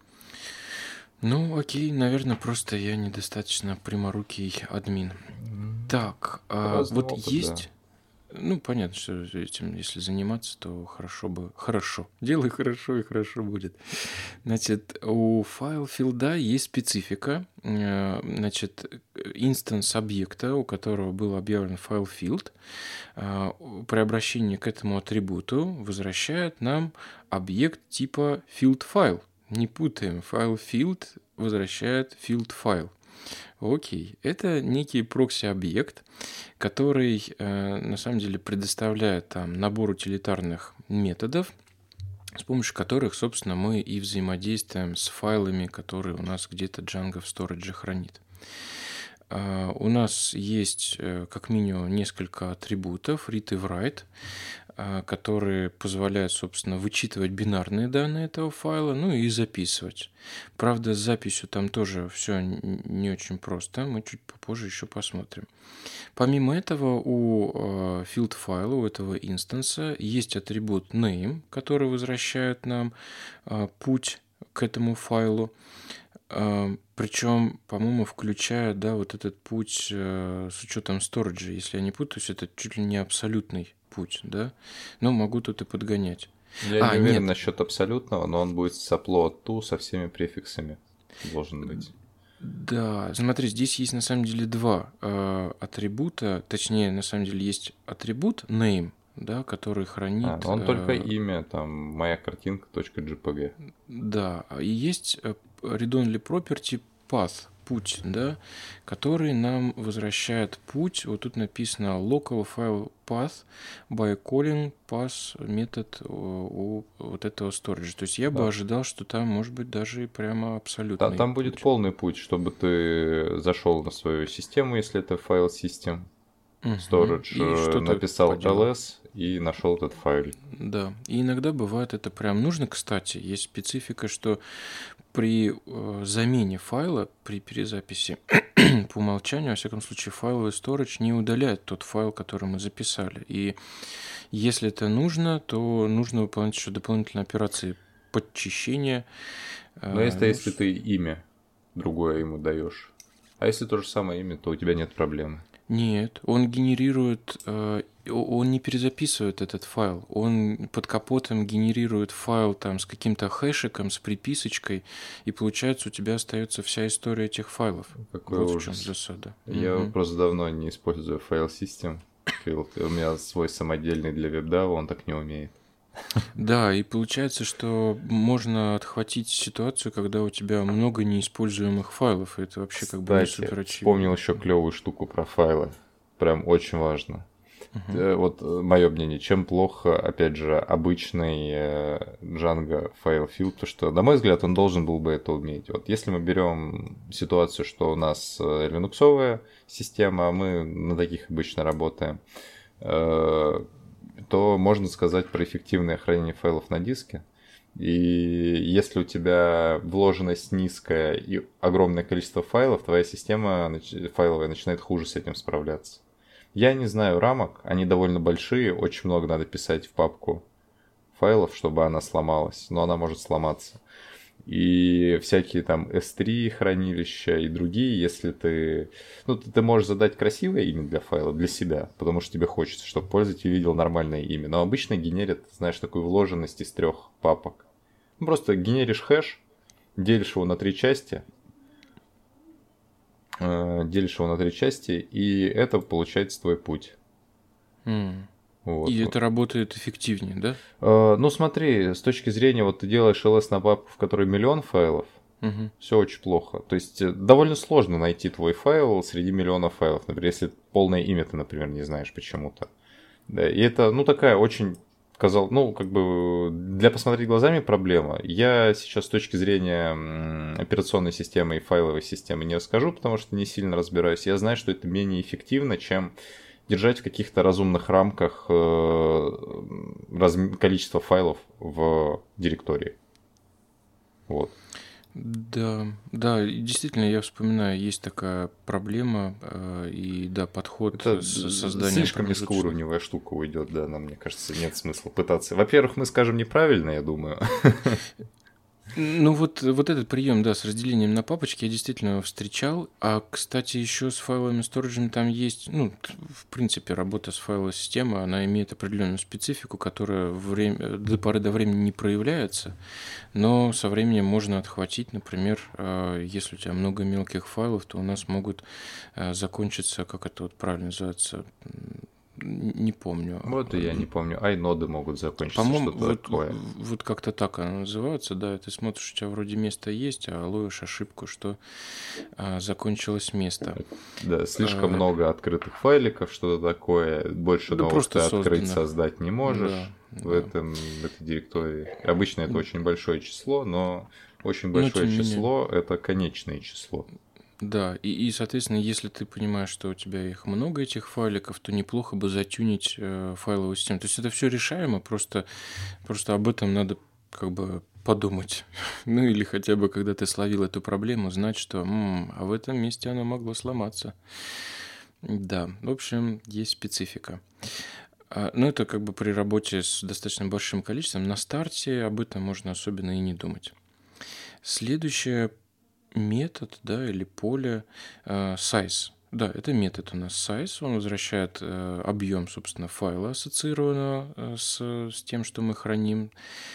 Ну, окей, наверное, просто я недостаточно пряморукий админ. Так, Разный вот опыт, да. есть Ну, понятно, что этим, если заниматься, то хорошо бы. Хорошо. Делай хорошо, и хорошо будет. Значит, у файл-филда есть специфика. Значит, инстанс объекта, у которого был объявлен файл-филд, при обращении к этому атрибуту возвращает нам объект типа field-file. Не путаем. Файл-филд возвращает field-file. Окей, это некий прокси-объект, который на самом деле предоставляет там набор утилитарных методов, с помощью которых, собственно, мы и взаимодействуем с файлами, которые у нас где-то Django в storage хранит. У нас есть как минимум несколько атрибутов read и write, которые позволяют, собственно, вычитывать бинарные данные этого файла, ну и записывать. Правда, с записью там тоже все не очень просто, мы чуть попозже еще посмотрим. Помимо этого, у field файла, у этого инстанса, есть атрибут name, который возвращает нам путь к этому файлу. Причем, по-моему, включая, да, вот этот путь с учетом сториджа. Если я не путаюсь, это чуть ли не абсолютный путь, да? Но могу тут и подгонять. Я не уверен насчет абсолютного, но он будет с upload to со всеми префиксами. Должен быть. Да, смотри, здесь есть на самом деле два атрибута, точнее, на самом деле есть атрибут name, да, который хранит... он только имя, там, моя картинка.jpg. Да, и есть read-only property path, путь, да, который нам возвращает путь. Вот тут написано local file path by calling path метод у вот этого storage. То есть я бы ожидал, что там может быть даже и прямо абсолютный там будет полный путь, чтобы ты зашел на свою систему, если это файл system, storage, написал ls и нашел этот файл. Да, и иногда бывает это прям нужно, кстати, есть специфика, что при замене файла, при перезаписи, по умолчанию, во всяком случае, файловый storage не удаляет тот файл, который мы записали. И если это нужно, то нужно выполнять еще дополнительные операции подчищения. Но если ты имя другое ему даешь, а если то же самое имя, то у тебя нет проблемы. Нет, он генерирует, он не перезаписывает этот файл, он под капотом генерирует файл там с каким-то хэшиком, с приписочкой, и получается у тебя остается вся история этих файлов. Какой вот ужас. В чем засада. Я просто давно не использую файл систем. У меня свой самодельный для веб-дава, он так не умеет. Да, и получается, что можно отхватить ситуацию, когда у тебя много неиспользуемых файлов, и это вообще как бы не супер очевидно. Вспомнил еще клевую штуку про файлы. Прям очень важно. Вот мое мнение, чем плохо, опять же, обычный Django file field, потому что, на мой взгляд, он должен был бы это уметь. Вот если мы берем ситуацию, что у нас линуксовая система, а мы на таких обычно работаем, то можно сказать про эффективное хранение файлов на диске. И если у тебя вложенность низкая и огромное количество файлов, твоя система файловая начинает хуже с этим справляться. Я не знаю рамок, они довольно большие, очень много надо писать в папку файлов, чтобы она сломалась, но она может сломаться. И всякие там S3 хранилища и другие, если ты... Ну, ты можешь задать красивое имя для файла, для себя, потому что тебе хочется, чтобы пользователь видел нормальное имя. Но обычно генерит, знаешь, такую вложенность из 3 папок. Ну, просто генеришь хэш, делишь его на 3 части, и это получается твой путь. Вот. И это работает эффективнее, да? Ну смотри, с точки зрения, вот ты делаешь ls на папку, в которой 1 000 000 файлов, все очень плохо. То есть довольно сложно найти твой файл среди миллионов файлов, например, если полное имя ты, например, не знаешь почему-то. Да, и это, ну, такая очень, ну, как бы для посмотреть глазами проблема. Я сейчас с точки зрения операционной системы и файловой системы не расскажу, потому что не сильно разбираюсь. Я знаю, что это менее эффективно, чем держать в каких-то разумных рамках количество файлов в директории. Вот. Да, действительно, я вспоминаю, есть такая проблема, и да, подход это с созданием... Слишком низкоуровневая штука уйдет, да, нам, мне кажется, нет смысла пытаться. Во-первых, мы скажем неправильно, я думаю. Ну вот этот прием, да, с разделением на папочки я действительно его встречал. А, кстати, еще с файловыми сториджами там есть, ну, в принципе, работа с файловой системой, она имеет определенную специфику, которая до поры до времени не проявляется, но со временем можно отхватить, например, если у тебя много мелких файлов, то у нас могут закончиться, как это вот правильно называется, не помню. Вот и я не помню. Айноды могут закончиться, По-моему, что-то такое. вот как-то так она называется, да, ты смотришь, у тебя вроде место есть, а ловишь ошибку, что закончилось место. Да, слишком много открытых файликов, что-то такое. Больше Да новых ты просто открыть, созданных. создать не можешь Да, в да. этой директории. Обычно это очень большое число, но очень Но большое тем не менее, число это конечное число. да, и, соответственно, если ты понимаешь, что у тебя их много, этих файликов, то неплохо бы затюнить файловую систему. То есть это все решаемо, просто об этом надо как бы подумать. Ну или хотя бы, когда ты словил эту проблему, знать, что а в этом месте она могла сломаться. Да, в общем, есть специфика. Но это как бы при работе с достаточно большим количеством. На старте об этом можно особенно и не думать. Следующий метод, да, или поле size. Да, это метод у нас size. Он возвращает объем, собственно, файла, ассоциированного с тем, что мы храним.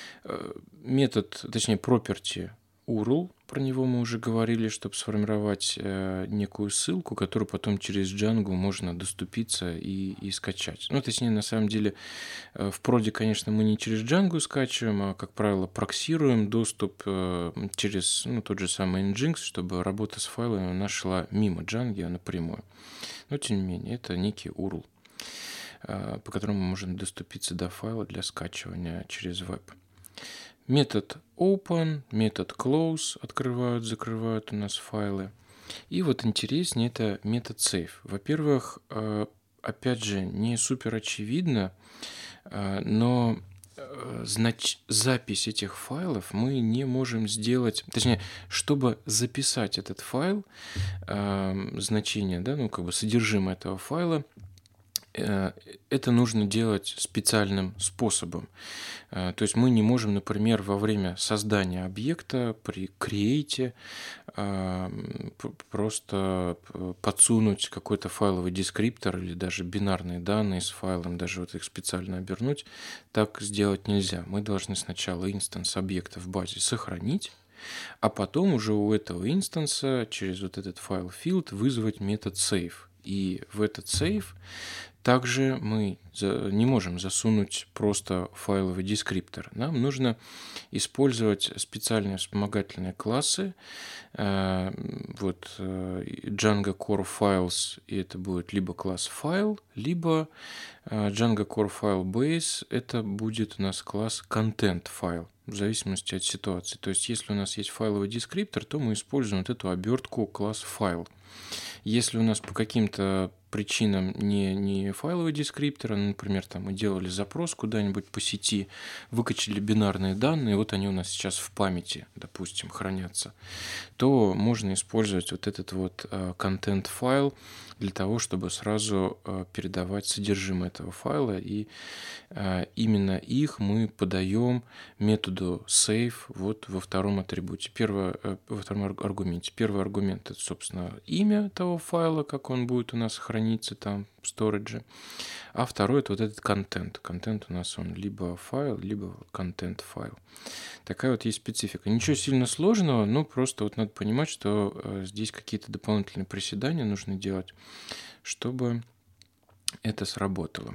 Метод, точнее, property URL, про него мы уже говорили, чтобы сформировать некую ссылку, которую потом через Django можно доступиться и скачать. Ну, точнее, на самом деле, в проде, конечно, мы не через Django скачиваем, а, как правило, проксируем доступ через тот же самый Nginx, чтобы работа с файлами у нас шла мимо Django, а напрямую. Но, тем не менее, это некий URL, по которому мы можем доступиться до файла для скачивания через веб. Метод open, метод close открывают, закрывают у нас файлы. И вот интереснее это метод save. Во-первых, опять же, не супер очевидно, но запись этих файлов мы не можем сделать, точнее, чтобы записать этот файл, значение, да, ну как бы содержимое этого файла, это нужно делать специальным способом. То есть мы не можем, например, во время создания объекта при create просто подсунуть какой-то файловый дескриптор или даже бинарные данные с файлом, даже вот их специально обернуть. Так сделать нельзя. Мы должны сначала инстанс объекта в базе сохранить, а потом уже у этого инстанса через вот этот файл field вызвать метод save. И в этот save также мы не можем засунуть просто файловый дескриптор. Нам нужно использовать специальные вспомогательные классы. Вот Django Core Files, и это будет либо класс file, либо Django Core File Base, это будет у нас класс content file, в зависимости от ситуации. То есть, если у нас есть файловый дескриптор, то мы используем вот эту обертку класс file. Если у нас по каким-то причинам не файловый дескриптор, например, там мы делали запрос куда-нибудь по сети, выкачали бинарные данные, вот они у нас сейчас в памяти, допустим, хранятся, то можно использовать вот этот вот content файл для того, чтобы сразу передавать содержимое этого файла, и именно их мы подаем методу save вот во втором атрибуте, во втором аргументе. Первый аргумент — это, собственно, имя того файла, как он будет у нас храниться там в storage, а второй — это вот этот контент. Контент у нас он либо файл, либо контент файл. Такая вот есть специфика. Ничего сильно сложного, но просто вот надо понимать, что здесь какие-то дополнительные приседания нужно делать, чтобы это сработало.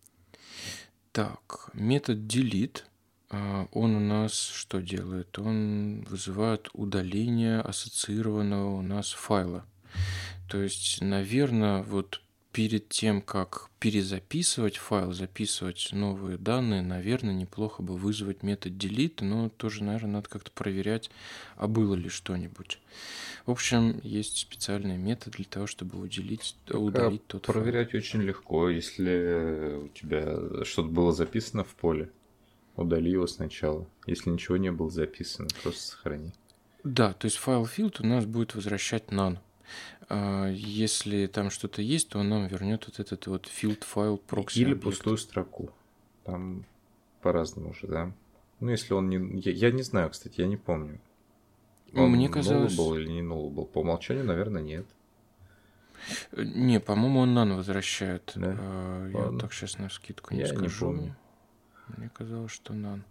Так, метод delete, он у нас что делает? Он вызывает удаление ассоциированного у нас файла. То есть, наверное, вот перед тем, как перезаписывать файл, записывать новые данные, наверное, неплохо бы вызвать метод delete, но тоже, наверное, надо как-то проверять, а было ли что-нибудь. В общем, есть специальный метод для того, чтобы удалить тот файл. Проверять очень легко, если у тебя что-то было записано в поле. Удали его сначала. Если ничего не было записано, просто сохрани. Да, то есть файл field у нас будет возвращать none. Если там что-то есть, то он нам вернет вот этот вот field файл proxy. Или пустую строку. Там по-разному уже, да? Ну, если он не... Я не знаю, кстати, я не помню. Мне Он казалось... nullable или не nullable? По умолчанию, наверное, нет. Не, по-моему, он none возвращает. Да? Я вот Ладно. так сейчас навскидку не Я не помню. скажу. Мне казалось, что none.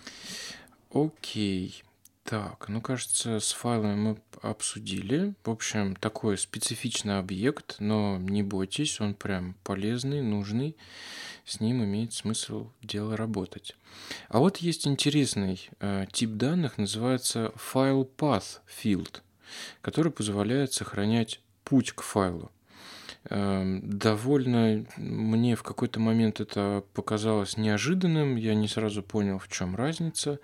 Окей. Так, ну, кажется, с файлами мы обсудили. В общем, такой специфичный объект, но не бойтесь, он прям полезный, нужный. С ним имеет смысл дело работать. А вот есть интересный тип данных, называется file path field, который позволяет сохранять путь к файлу. Довольно мне в какой-то момент это показалось неожиданным, я не сразу понял, в чем разница.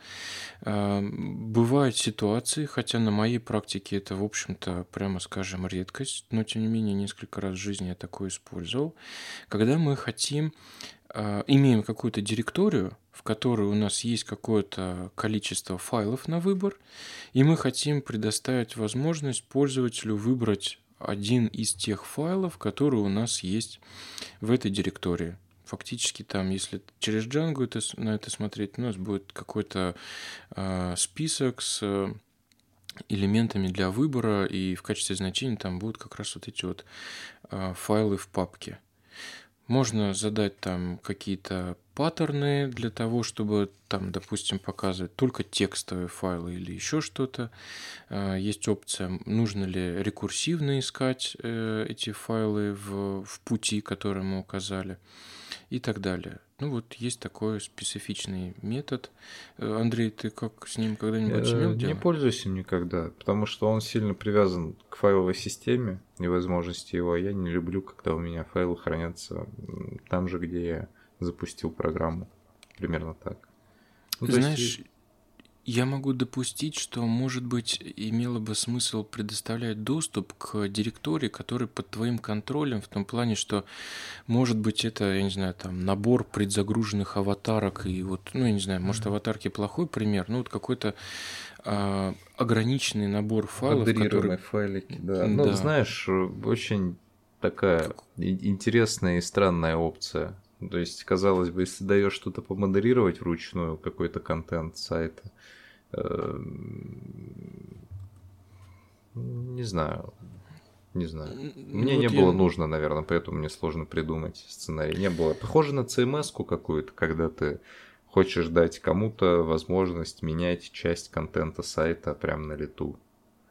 Бывают ситуации, хотя на моей практике это, в общем-то, прямо скажем, редкость, но тем не менее несколько раз в жизни я такое использовал, когда мы хотим, имеем какую-то директорию, в которой у нас есть какое-то количество файлов на выбор, и мы хотим предоставить возможность пользователю выбрать один из тех файлов, которые у нас есть в этой директории. Фактически там, если через Django на это смотреть, у нас будет какой-то список с элементами для выбора, и в качестве значений там будут как раз вот эти вот файлы в папке. Можно задать там какие-то паттерны для того, чтобы там, допустим, показывать только текстовые файлы или еще что-то. Есть опция, нужно ли рекурсивно искать эти файлы в пути, который мы указали, и так далее. Ну вот есть такой специфичный метод. Андрей, ты как с ним когда-нибудь имел Не дело? пользуюсь им никогда, потому что он сильно привязан к файловой системе и возможности его. Я не люблю, когда у меня файлы хранятся там же, где я запустил программу. Примерно так. Ну, то есть, Знаешь, я могу допустить, что, может быть, имело бы смысл предоставлять доступ к директории, который под твоим контролем, в том плане, что, может быть, это, я не знаю, там, набор предзагруженных аватарок, и вот, ну, я не знаю, может, аватарки плохой пример, ну, вот какой-то ограниченный набор файлов, который... модерируемые файлики, да. Ну, Да, знаешь, очень такая как- интересная и странная опция. То есть, казалось бы, если даешь что-то помодерировать вручную, какой-то контент сайта, э, не знаю, не знаю. ну, Мне не вот было я... нужно, наверное, поэтому мне сложно придумать сценарий. Не было. Похоже на CMS-ку какую-то, когда ты хочешь дать кому-то возможность менять часть контента сайта прямо на лету.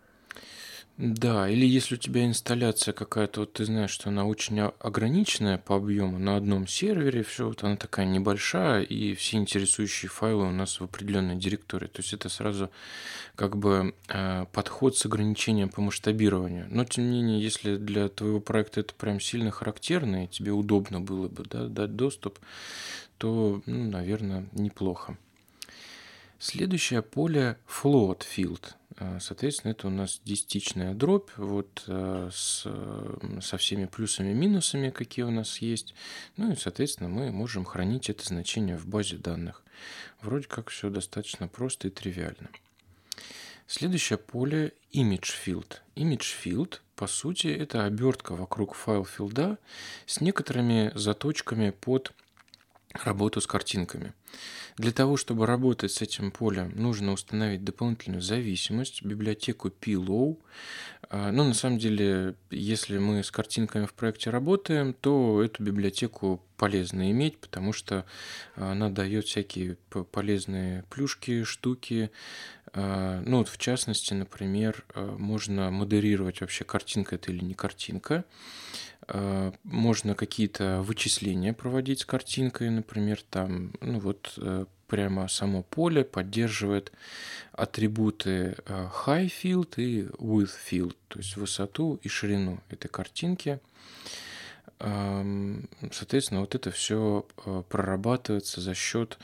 Да, или если у тебя инсталляция какая-то, вот ты знаешь, что она очень ограниченная по объему на одном сервере, все, вот она такая небольшая, и все интересующие файлы у нас в определенной директории. То есть это сразу как бы подход с ограничением по масштабированию. Но тем не менее, если для твоего проекта это прям сильно характерно, и тебе удобно было бы, да, дать доступ, то, ну, наверное, неплохо. Следующее поле float field. Соответственно, это у нас десятичная дробь вот, со всеми плюсами и минусами, какие у нас есть. Ну и, соответственно, мы можем хранить это значение в базе данных. Вроде как все достаточно просто и тривиально. Следующее поле image field. Image field, по сути, это обертка вокруг файл-филда с некоторыми заточками под работу с картинками. Для того, чтобы работать с этим полем, нужно установить дополнительную зависимость, библиотеку Pillow. Но на самом деле, если мы с картинками в проекте работаем, то эту библиотеку полезно иметь, потому что она дает всякие полезные плюшки, штуки. Ну вот в частности, например, можно модерировать вообще, картинка это или не картинка. Можно какие-то вычисления проводить с картинкой, например, там, ну вот прямо само поле поддерживает атрибуты high field и width field, то есть высоту и ширину этой картинки. Соответственно, вот это все прорабатывается за счет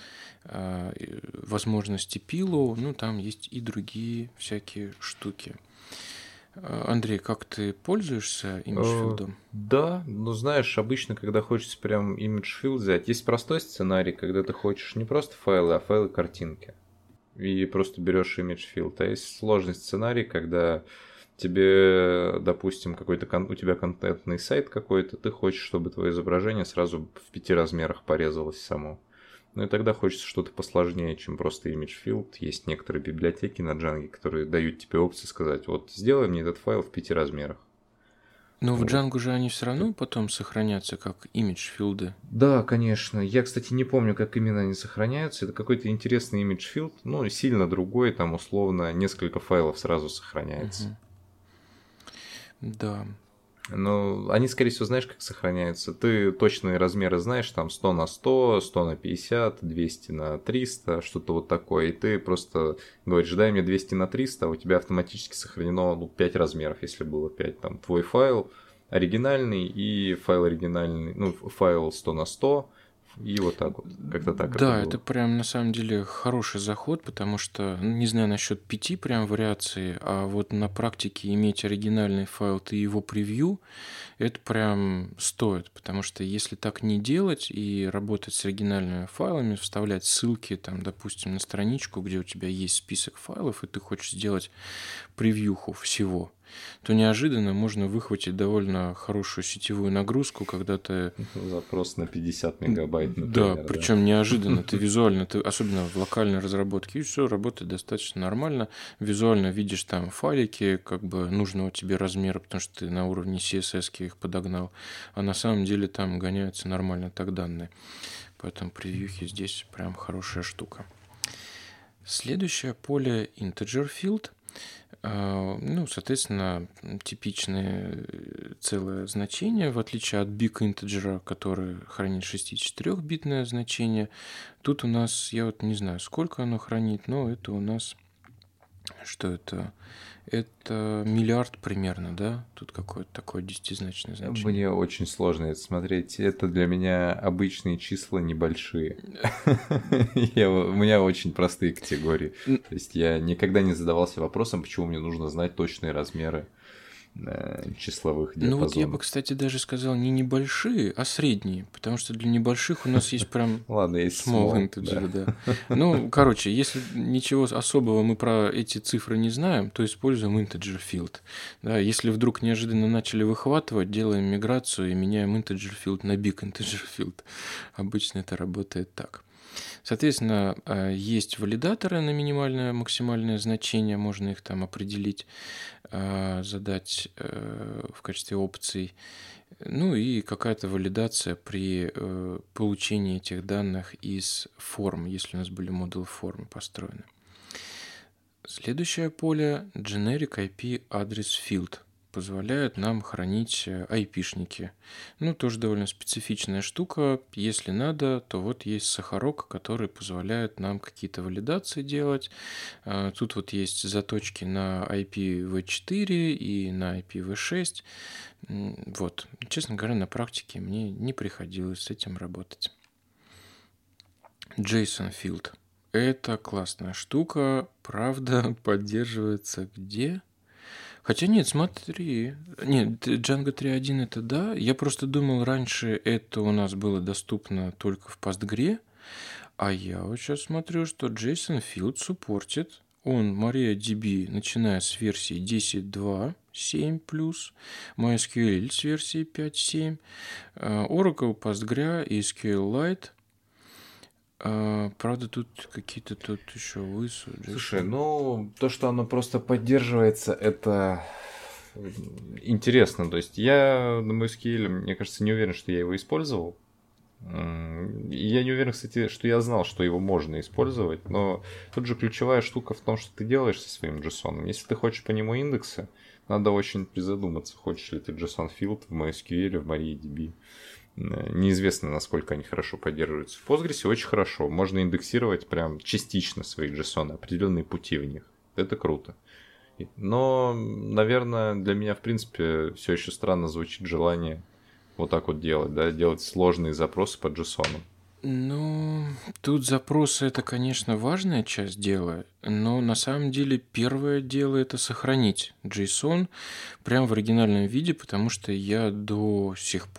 возможности Pillow, ну там есть и другие всякие штуки. Андрей, как ты пользуешься имиджфилдом? Да, но знаешь, обычно, когда хочется прям image field взять, есть простой сценарий, когда ты хочешь не просто файлы, а файлы картинки. И просто берешь image field. А есть сложный сценарий, когда тебе, допустим, у тебя контентный сайт какой-то, ты хочешь, чтобы твое изображение сразу в 5 размерах порезалось само. Ну и тогда хочется что-то посложнее, чем просто image field. Есть некоторые библиотеки на Django, которые дают тебе опцию сказать, вот сделай мне этот файл в 5 размерах. Но в Вот. Django же они все равно потом сохранятся как image филды. Да, конечно. Я, кстати, не помню, как именно они сохраняются. Это какой-то интересный image field, ну, сильно другой, там, условно, несколько файлов сразу сохраняется. Да. Но они, скорее всего, знаешь, как сохраняются. Ты точные размеры знаешь, там 100 на 100, 100 на 50, 200 на 300, что-то вот такое. И ты просто говоришь, дай мне 200 на 300, а у тебя автоматически сохранено 5 размеров, если было 5. Там твой файл оригинальный и файл оригинальный, файл 100 на 100. И вот так вот, как-то так это Да, было. это прям на самом деле хороший заход, потому что, не знаю насчет 5 прям вариаций, а вот на практике иметь оригинальный файл и его превью, это прям стоит, потому что если так не делать и работать с оригинальными файлами, вставлять ссылки, там, допустим, на страничку, где у тебя есть список файлов, и ты хочешь сделать превьюху всего, то неожиданно можно выхватить довольно хорошую сетевую нагрузку, когда ты... Запрос на 50 мегабайт, Да, например. причем неожиданно, ты визуально, ты, особенно в локальной разработке, и все работает достаточно нормально. Визуально видишь там файлики как бы нужного тебе размера, потому что ты на уровне CSS их подогнал, а на самом деле там гоняются нормально так данные. Поэтому превьюхи здесь прям хорошая штука. Следующее поле integer field. Соответственно, типичное целое значение, в отличие от big integer, который хранит 64-битное значение. Тут у нас, я вот не знаю, сколько оно хранит, но это у нас, что это? Это миллиард примерно, да? Тут какое-то такое десятизначное значение. Мне очень сложно это смотреть. Это для меня обычные числа небольшие. У меня очень простые категории. То есть я никогда не задавался вопросом, почему мне нужно знать точные размеры числовых Ну вот я бы, диапазонов. кстати, даже сказал не небольшие, а средние, потому что для небольших у нас есть прям Ладно, есть small small, integer, да. Ну, короче, если ничего особого мы про эти цифры не знаем, то используем integer field. Да, если вдруг неожиданно начали выхватывать, делаем миграцию и меняем integer field на big integer field. Обычно это работает так. Соответственно, есть валидаторы на минимальное, максимальное значение, можно их там определить, задать в качестве опций. Ну и какая-то валидация при получении этих данных из форм, если у нас были модулы формы построены. Следующее поле Generic IP Address Field позволяет нам хранить IP-шники. Ну, тоже довольно специфичная штука. Если надо, то вот есть Сахарок, который позволяет нам какие-то валидации делать. Тут вот есть заточки на IPv4 и на IPv6. Вот. Честно говоря, на практике мне не приходилось с этим работать. JSON Field. Это классная штука. Правда, поддерживается где? Хотя нет, смотри. Нет, Django 3.1 это да. Я просто думал, раньше это у нас было доступно только в Postgre. А я вот сейчас смотрю, что JSON Field суппортит. Он MariaDB, начиная с версии 10.2.7+, MySQL с версии 5.7, Oracle, Postgre и SQLite. Правда, тут какие-то тут еще высуды. Слушай, то, что оно просто поддерживается, это интересно. То есть я на MySQL, мне кажется, не уверен, что я его использовал. И я не уверен, кстати, что я знал, что его можно использовать. Но тут же ключевая штука в том, что ты делаешь со своим JSON. Если ты хочешь по нему индексы, надо очень призадуматься, хочешь ли ты JSON field в MySQL, в MariaDB. Неизвестно, насколько они хорошо поддерживаются. В Postgres очень хорошо. Можно индексировать прям частично свои JSON, определенные пути в них. Это круто. Но, наверное, для меня, в принципе, все еще странно звучит желание вот так вот делать, да, делать сложные запросы по JSON. Ну, тут запросы это, конечно, важная часть дела, но на самом деле первое дело это сохранить JSON прямо в оригинальном виде, потому что я до сих пор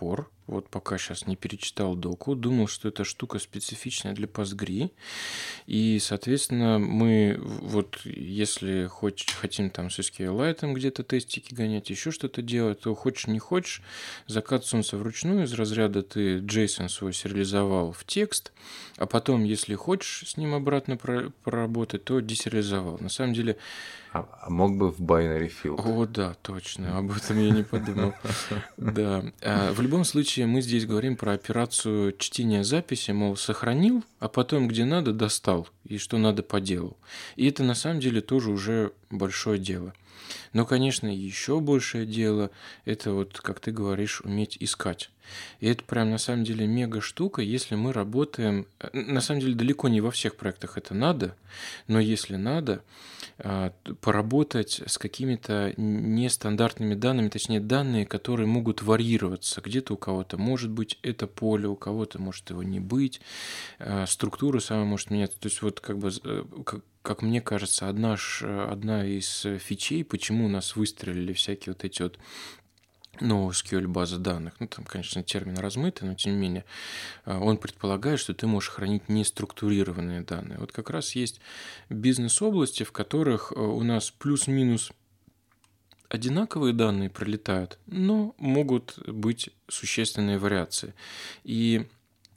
вот пока сейчас не перечитал доку, думал, что эта штука специфичная для Postgre, и, соответственно, мы вот если хотим там с SQLite где-то тестики гонять, еще что-то делать, то хочешь не хочешь, закат солнца вручную из разряда ты JSON свой сериализовал в текст, а потом, если хочешь с ним обратно проработать, то десериализовал. На самом деле... А мог бы в binary field. О, да, точно, об этом я не подумал. Да. В любом случае, мы здесь говорим про операцию чтения записи, мол, сохранил, а потом, где надо, достал, и что надо, поделал. И это, на самом деле, тоже уже большое дело. Но, конечно, еще большее дело – это вот, как ты говоришь, уметь искать. И это прям на самом деле мега штука, если мы работаем… На самом деле далеко не во всех проектах это надо, но если надо, поработать с какими-то нестандартными данными, точнее данные, которые могут варьироваться. Где-то у кого-то может быть это поле, у кого-то может его не быть, структура сама может меняться. То есть вот как бы… Как мне кажется, одна из фичей, почему у нас выстрелили всякие вот эти вот NoSQL базы данных, ну там, конечно, термин размытый, но тем не менее, он предполагает, что ты можешь хранить неструктурированные данные. Вот как раз есть бизнес-области, в которых у нас плюс-минус одинаковые данные пролетают, но могут быть существенные вариации. И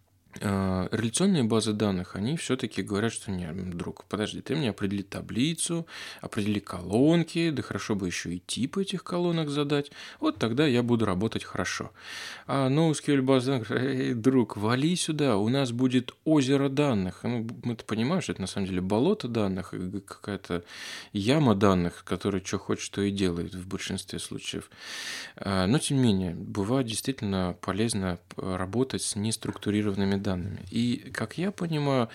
реляционные базы данных, они все-таки говорят, что нет, друг, подожди, ты мне определи таблицу, определи колонки, да хорошо бы еще и типы этих колонок задать, вот тогда я буду работать хорошо. А NoSQL база данных, эй, друг, вали сюда, у нас будет озеро данных. Ну, мы-то понимаем, что это на самом деле болото данных, какая-то яма данных, которая что хочет, то и делает в большинстве случаев. Но, тем не менее, бывает действительно полезно работать с неструктурированными данными. И, как я понимаю,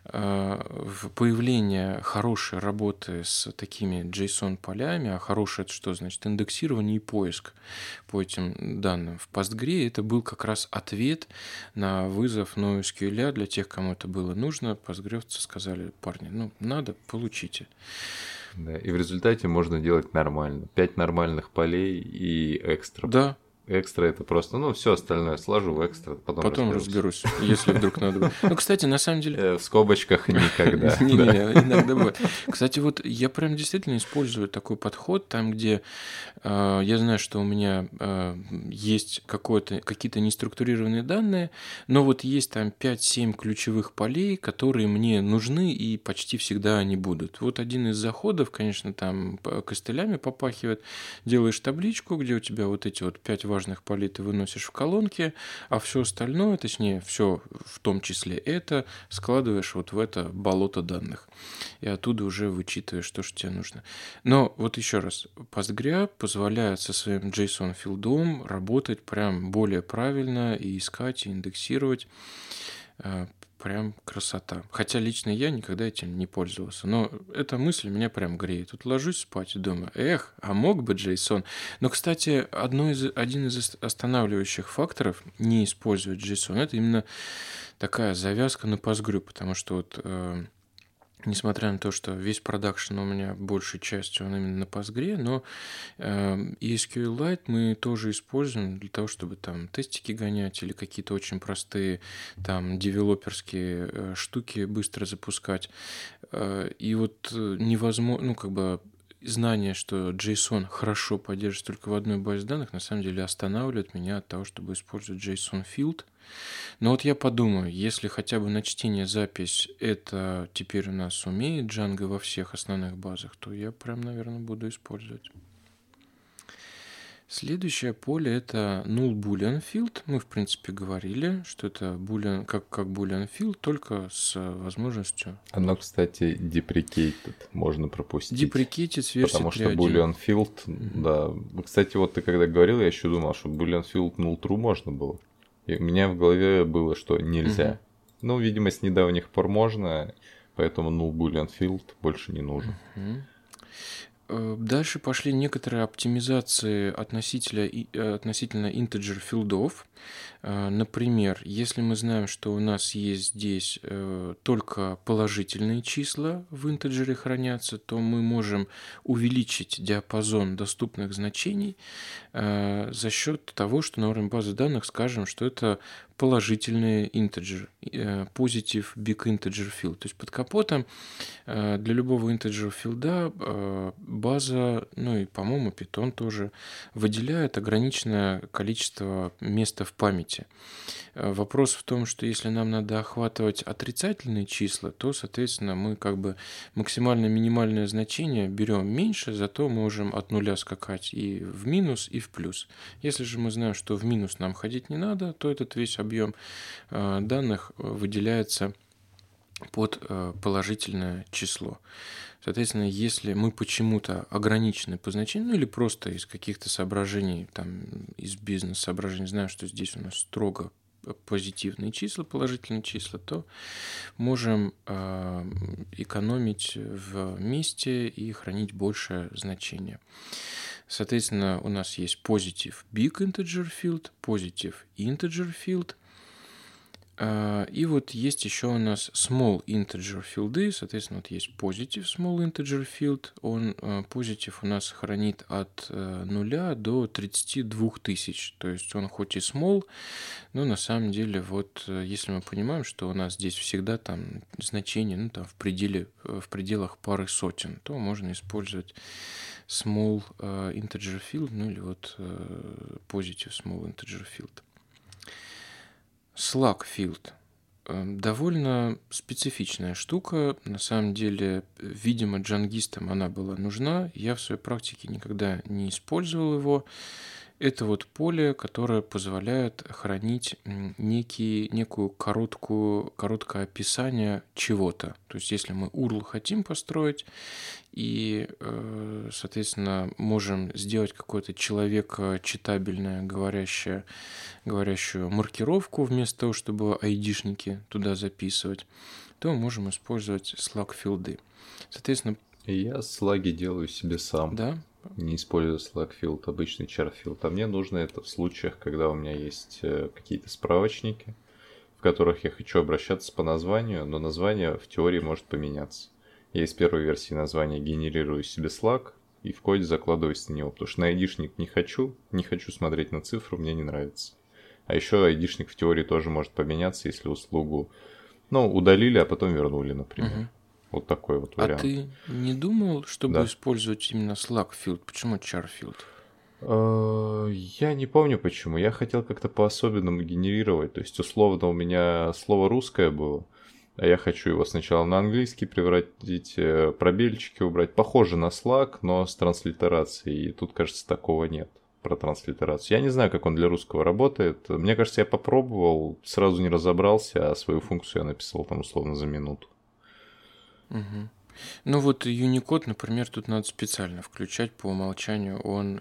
появление хорошей работы с такими JSON-полями, а хорошее это что значит? Индексирование и поиск по этим данным. В Postgre это был как раз ответ на вызов NoSQL для тех, кому это было нужно. Постгревцы сказали: парни, ну, надо, получите. Да, и в результате можно делать нормально. 5 нормальных полей и экстра. Да. Экстра это просто, ну, все остальное сложу в экстра, потом разберусь, если вдруг надо. Ну, кстати, на самом деле… В скобочках никогда. Не-не-не, иногда бывает. Кстати, вот я прям действительно использую такой подход, там, где я знаю, что у меня есть какие-то неструктурированные данные, но вот есть там 5-7 ключевых полей, которые мне нужны, и почти всегда они будут. Вот один из заходов, конечно, там костылями попахивает. Делаешь табличку, где у тебя вот эти вот 5 важных полей ты выносишь в колонки, а все остальное, точнее, все в том числе это, складываешь вот в это болото данных. И оттуда уже вычитываешь то, что тебе нужно. Но вот еще раз, Postgre позволяет со своим JSON-филдом работать прям более правильно и искать, и индексировать. Прям красота. Хотя лично я никогда этим не пользовался. Но эта мысль меня прям греет. Тут ложусь спать и думаю, а мог бы JSON. Но, кстати, один из останавливающих факторов не использовать JSON, это именно такая завязка на Postgre, потому что вот… Несмотря на то, что весь продакшн у меня большей частью он именно на Postgre, но и SQLite мы тоже используем для того, чтобы там тестики гонять или какие-то очень простые там девелоперские штуки быстро запускать. И вот невозможно, ну как бы знание, что JSON хорошо поддерживается только в одной базе данных, на самом деле останавливает меня от того, чтобы использовать JSON-field. Но вот я подумаю, если хотя бы на чтение запись это теперь у нас умеет Django во всех основных базах, то я прям, наверное, буду использовать. Следующее поле это null boolean field. Мы, в принципе, говорили, что это boolean, как boolean field, только с возможностью… Оно, кстати, deprecated, можно пропустить. Deprecated с версии 3.1. Потому что boolean field, да. Кстати, вот ты когда говорил, я еще думал, что boolean field null true можно было. И у меня в голове было, что нельзя. Ну, видимо, с недавних пор можно, поэтому null boolean field больше не нужен. Дальше пошли некоторые оптимизации относительно integer филдов. Например, если мы знаем, что у нас есть здесь только положительные числа в интеджере хранятся, то мы можем увеличить диапазон доступных значений за счет того, что на уровне базы данных скажем, что это положительный интеджер, positive big integer field. То есть под капотом для любого integer филда база, ну и, по-моему, Python тоже выделяет ограниченное количество места в памяти. Вопрос в том, что если нам надо охватывать отрицательные числа, то, соответственно, мы как бы максимально минимальное значение берем меньше, зато можем от нуля скакать и в минус, и в плюс. Если же мы знаем, что в минус нам ходить не надо, то этот весь объем данных выделяется под положительное число. Соответственно, если мы почему-то ограничены по значению, ну или просто из каких-то соображений, там, из бизнес-соображений, знаем, что здесь у нас строго позитивные числа, положительные числа, то можем экономить в месте и хранить большее значение. Соответственно, у нас есть positive big integer field, positive integer field. И вот есть еще у нас small integer филды, соответственно, вот есть positive small integer field, он positive у нас хранит от 0 до 32 тысяч, то есть он хоть и small, но на самом деле вот если мы понимаем, что у нас здесь всегда там значение, ну там в пределах пары сотен, то можно использовать small integer field, ну или вот positive small integer field. Slug field. Довольно специфичная штука. На самом деле, видимо, джангистам она была нужна. Я в своей практике никогда не использовал его. Это вот поле, которое позволяет хранить некое короткое описание чего-то. То есть, если мы URL хотим построить и, соответственно, можем сделать какое-то человекочитабельное, говорящую маркировку вместо того, чтобы айдишники туда записывать, то можем использовать слаг-филды. Соответственно, Я слаги делаю себе сам. да, Не использую Slack field, обычный char field. А мне нужно это в случаях, когда у меня есть какие-то справочники, в которых я хочу обращаться по названию, но название в теории может поменяться. Я из первой версии названия генерирую себе Slack и в коде закладываюсь на него, потому что на айдишник не хочу смотреть на цифру, мне не нравится. А еще айдишник в теории тоже может поменяться, если услугу, удалили, а потом вернули, например. Угу. Вот такой вот вариант. А ты не думал, чтобы Да. использовать именно slug field? Почему char field? Я не помню почему. Я хотел как-то по-особенному генерировать. То есть, условно, у меня слово русское было, а я хочу его сначала на английский превратить, пробельчики убрать. Похоже на Slack, но с транслитерацией. И тут, кажется, такого нет про транслитерацию. Я не знаю, как он для русского работает. Мне кажется, я попробовал, сразу не разобрался, а свою функцию я написал там условно за минуту. Угу. Ну вот Unicode, например, тут надо специально включать по умолчанию, он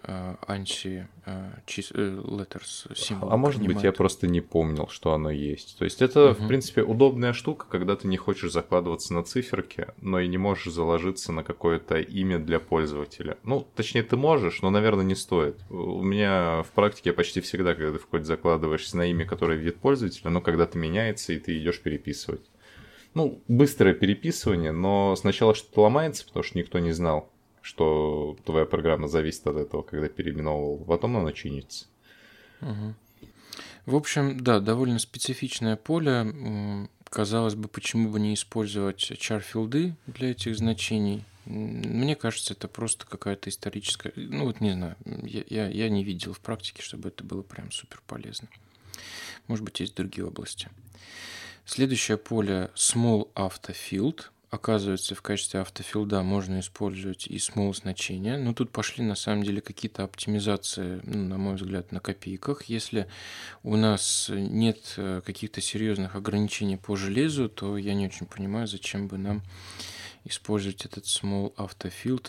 letters символы А может быть, я просто не помнил, что оно есть. То есть это, в принципе, удобная штука, когда ты не хочешь закладываться на циферки, но и не можешь заложиться на какое-то имя для пользователя. Ну, точнее, ты можешь, но, наверное, не стоит. У меня в практике почти всегда, когда ты в коде закладываешься на имя, которое видит пользователя, но когда-то меняется, и ты идешь переписывать. Быстрое переписывание, но сначала что-то ломается, потому что никто не знал, что твоя программа зависит от этого, когда переименовывал. Потом оно чинится. Угу. В общем, да, довольно специфичное поле. Казалось бы, почему бы не использовать char-филды для этих значений? Мне кажется, это просто какая-то историческая... не знаю, я не видел в практике, чтобы это было прям супер полезно. Может быть, есть другие области. Следующее поле small autofield. Оказывается, в качестве автофилда можно использовать и small значения, но тут пошли на самом деле какие-то оптимизации, на мой взгляд, на копейках. Если у нас нет каких-то серьезных ограничений по железу, то я не очень понимаю, зачем бы нам использовать этот small autofield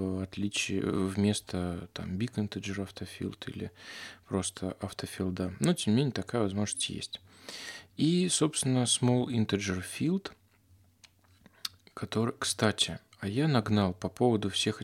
вместо там big integer autofield или просто автофилда. Но тем не менее такая возможность есть. И, собственно, small integer field, который, кстати, я нагнал по поводу всех этих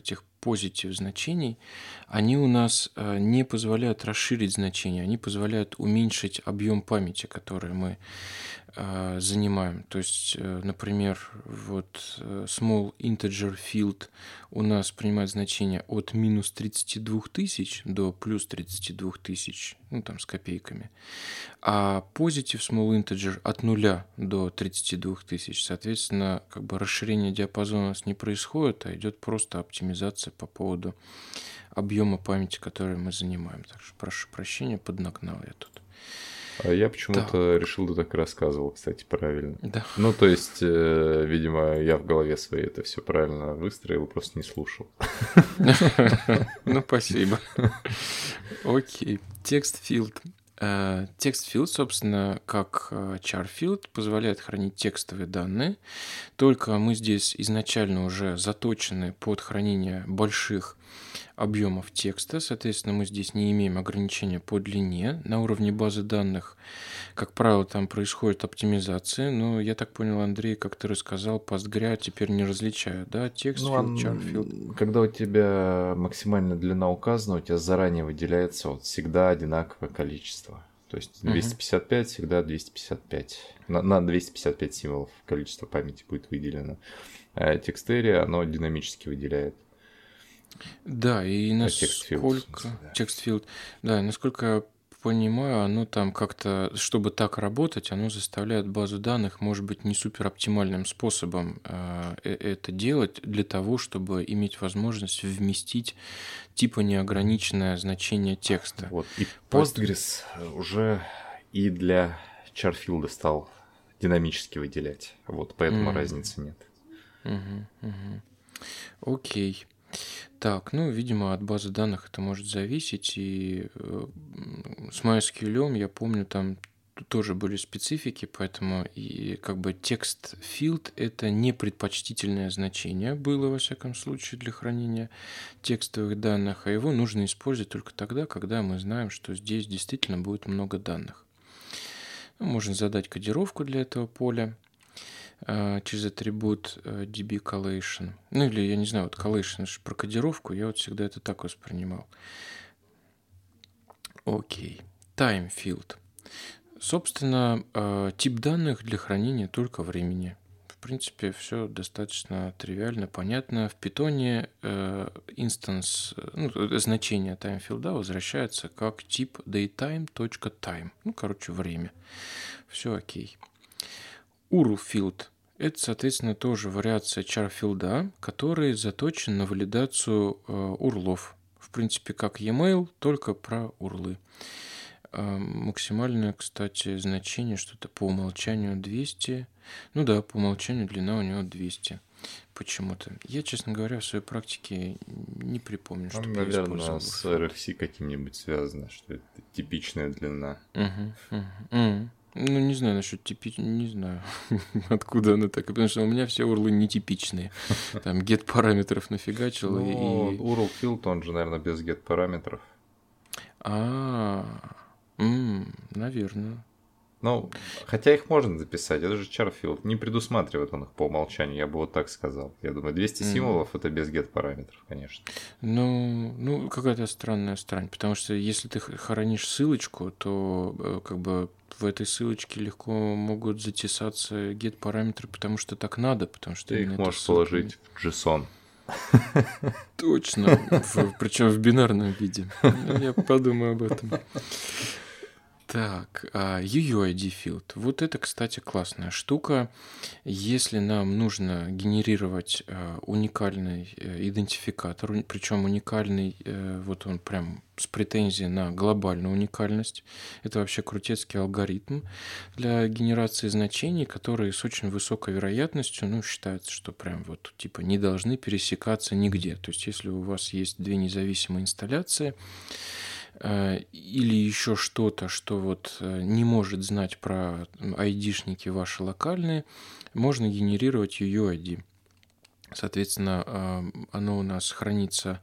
positive значений, они у нас не позволяют расширить значение, они позволяют уменьшить объем памяти, который мы занимаем. То есть, например, вот small integer field у нас принимает значение от минус 32 тысяч до плюс 32 тысяч, ну там с копейками. А positive small integer от 0 до 32 тысяч. Соответственно, как бы расширение диапазона у нас не происходит, а идет просто оптимизация по поводу объема памяти, который мы занимаем. Так что прошу прощения, поднагнал я тут. А я почему-то решил, ты так и рассказывал, кстати, правильно. Да. Ну, то есть, видимо, я в голове своей это все правильно выстроил, просто не слушал. Ну, спасибо. Окей. Текст-филд. Текст-филд, собственно, как char-филд, позволяет хранить текстовые данные. Только мы здесь изначально уже заточены под хранение больших объемов текста. Соответственно, мы здесь не имеем ограничения по длине. На уровне базы данных, как правило, там происходит оптимизация. Но я так понял, Андрей, как ты рассказал, Postgre теперь не различает, да, текст-филд, char-филд. Когда у тебя максимальная длина указана, у тебя заранее выделяется вот всегда одинаковое количество. То есть 255 всегда 255. На 255 символов количество памяти будет выделено. А текстери оно динамически выделяет. Да, и насколько... Текст-филд, да, насколько я понимаю, оно там как-то, чтобы так работать, оно заставляет базу данных, может быть, не супер оптимальным способом это делать для того, чтобы иметь возможность вместить типа неограниченное значение текста. Вот. И Postgres уже и для char-филда стал динамически выделять. Вот, поэтому разницы нет. Окей. Так, ну, видимо, от базы данных это может зависеть, и с MySQL, я помню, там тоже были специфики, поэтому и как бы текст field это не предпочтительное значение было, во всяком случае, для хранения текстовых данных, а его нужно использовать только тогда, когда мы знаем, что здесь действительно будет много данных. Ну, можно задать кодировку для этого поля через атрибут db collation. Ну или, я не знаю, вот collation, про кодировку, я вот всегда это так воспринимал. Окей. Time field. Собственно, тип данных для хранения только времени. В принципе, все достаточно тривиально, понятно. В Python инстанс, значение timefield возвращается как тип datetime.time. Ну, короче, время. Все окей. URL field. Это, соответственно, тоже вариация char-филда, который заточен на валидацию урлов. В принципе, как e-mail, только про урлы. Максимальное, кстати, значение что-то по умолчанию 200. Ну да, по умолчанию длина у него 200. Почему-то. Я, честно говоря, в своей практике не припомню, что я использовал. Наверное, с RFC каким-нибудь связано, что это типичная длина. Ну, не знаю насчет не знаю, откуда она так. Потому что у меня все урлы нетипичные. Там get параметров нафигачил. Ну, URL field, он же, наверное, без get параметров. Наверное. Ну, хотя их можно записать, это же char-field. Не предусматривает он их по умолчанию, я бы вот так сказал. Я думаю, 200 символов это без get параметров, конечно. Ну, какая-то странная странь, потому что если ты хранишь ссылочку, то как бы в этой ссылочке легко могут затесаться get параметры, потому что так надо, потому что ты их можешь положить в JSON. Точно, причем в бинарном виде. Я подумаю об этом. Так, UUID field. Вот это, кстати, классная штука. Если нам нужно генерировать уникальный идентификатор, причем уникальный, вот он прям с претензией на глобальную уникальность. Это вообще крутецкий алгоритм для генерации значений, которые с очень высокой вероятностью, считается, что прям вот типа не должны пересекаться нигде. То есть, если у вас есть две независимые инсталляции, или еще что-то, что вот не может знать про айдишники ваши локальные, можно генерировать UUID. Соответственно, оно у нас хранится.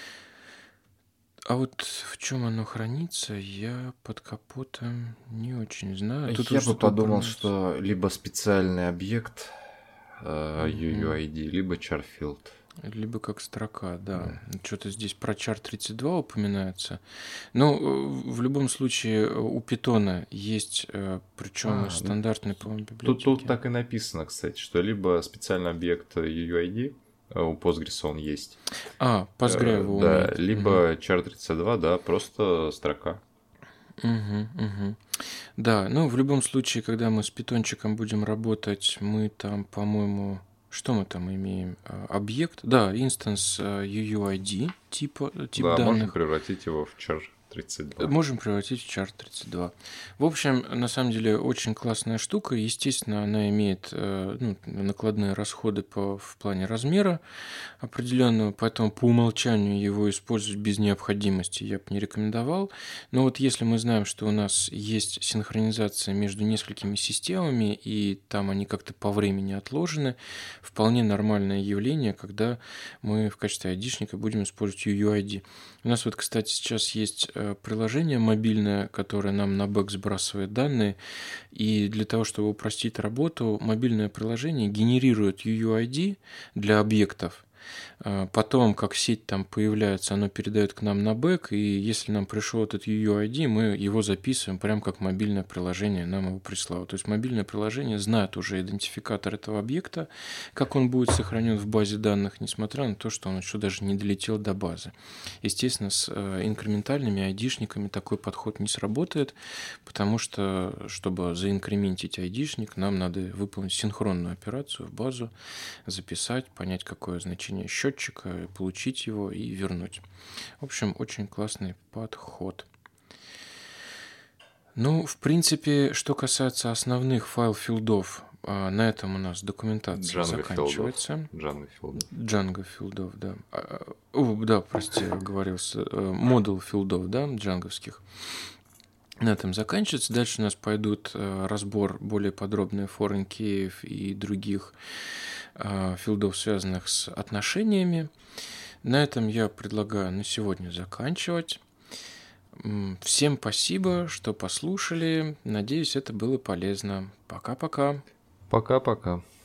А вот в чем оно хранится, я под капотом не очень знаю. Тут я бы подумал, что либо специальный объект UUID, либо char-field. Либо как строка, да. Да. Что-то здесь про char32 упоминается. Ну, в любом случае, у Python есть, причем из Ну, стандартной, по-моему, тут библиотеки. так и написано, кстати, что либо специальный объект UUID, у Postgres он есть, Postgre его да, умеет. либо char32, да, просто строка. Мгм. Да, ну, в любом случае, когда мы с питончиком будем работать, мы там, по-моему, что мы там имеем? Объект, да, инстанс UUID, тип Да, можем данных. превратить его в char32. Можем превратить в char32. В общем, на самом деле, очень классная штука. Естественно, она имеет накладные расходы в плане размера определенного, поэтому по умолчанию его использовать без необходимости я бы не рекомендовал. Но вот если мы знаем, что у нас есть синхронизация между несколькими системами, и там они как-то по времени отложены, вполне нормальное явление, когда мы в качестве айдишника будем использовать UUID. У нас вот, кстати, сейчас есть приложение мобильное, которое нам на бэк сбрасывает данные, и для того, чтобы упростить работу, мобильное приложение генерирует UUID для объектов. Потом, как сеть там появляется, оно передает к нам на бэк, и если нам пришел этот UUID, мы его записываем прям как мобильное приложение нам его прислало. То есть мобильное приложение знает уже идентификатор этого объекта, как он будет сохранен в базе данных, несмотря на то, что он еще даже не долетел до базы. Естественно, с инкрементальными айдишниками такой подход не сработает, потому что, чтобы заинкрементить айдишник, нам надо выполнить синхронную операцию в базу, записать, понять, какое значение счетчика, получить его и вернуть. В общем, очень классный подход. Ну, в принципе, что касается основных файл-филдов, на этом у нас документация заканчивается. Django филдов, да. Да, прости, оговорился. Модул филдов, да, джанговских. На этом заканчивается. Дальше у нас пойдут разбор более подробный foreign key'ев и других филдов, связанных с отношениями. На этом я предлагаю на сегодня заканчивать. Всем спасибо, что послушали. Надеюсь, это было полезно. Пока-пока. Пока-пока.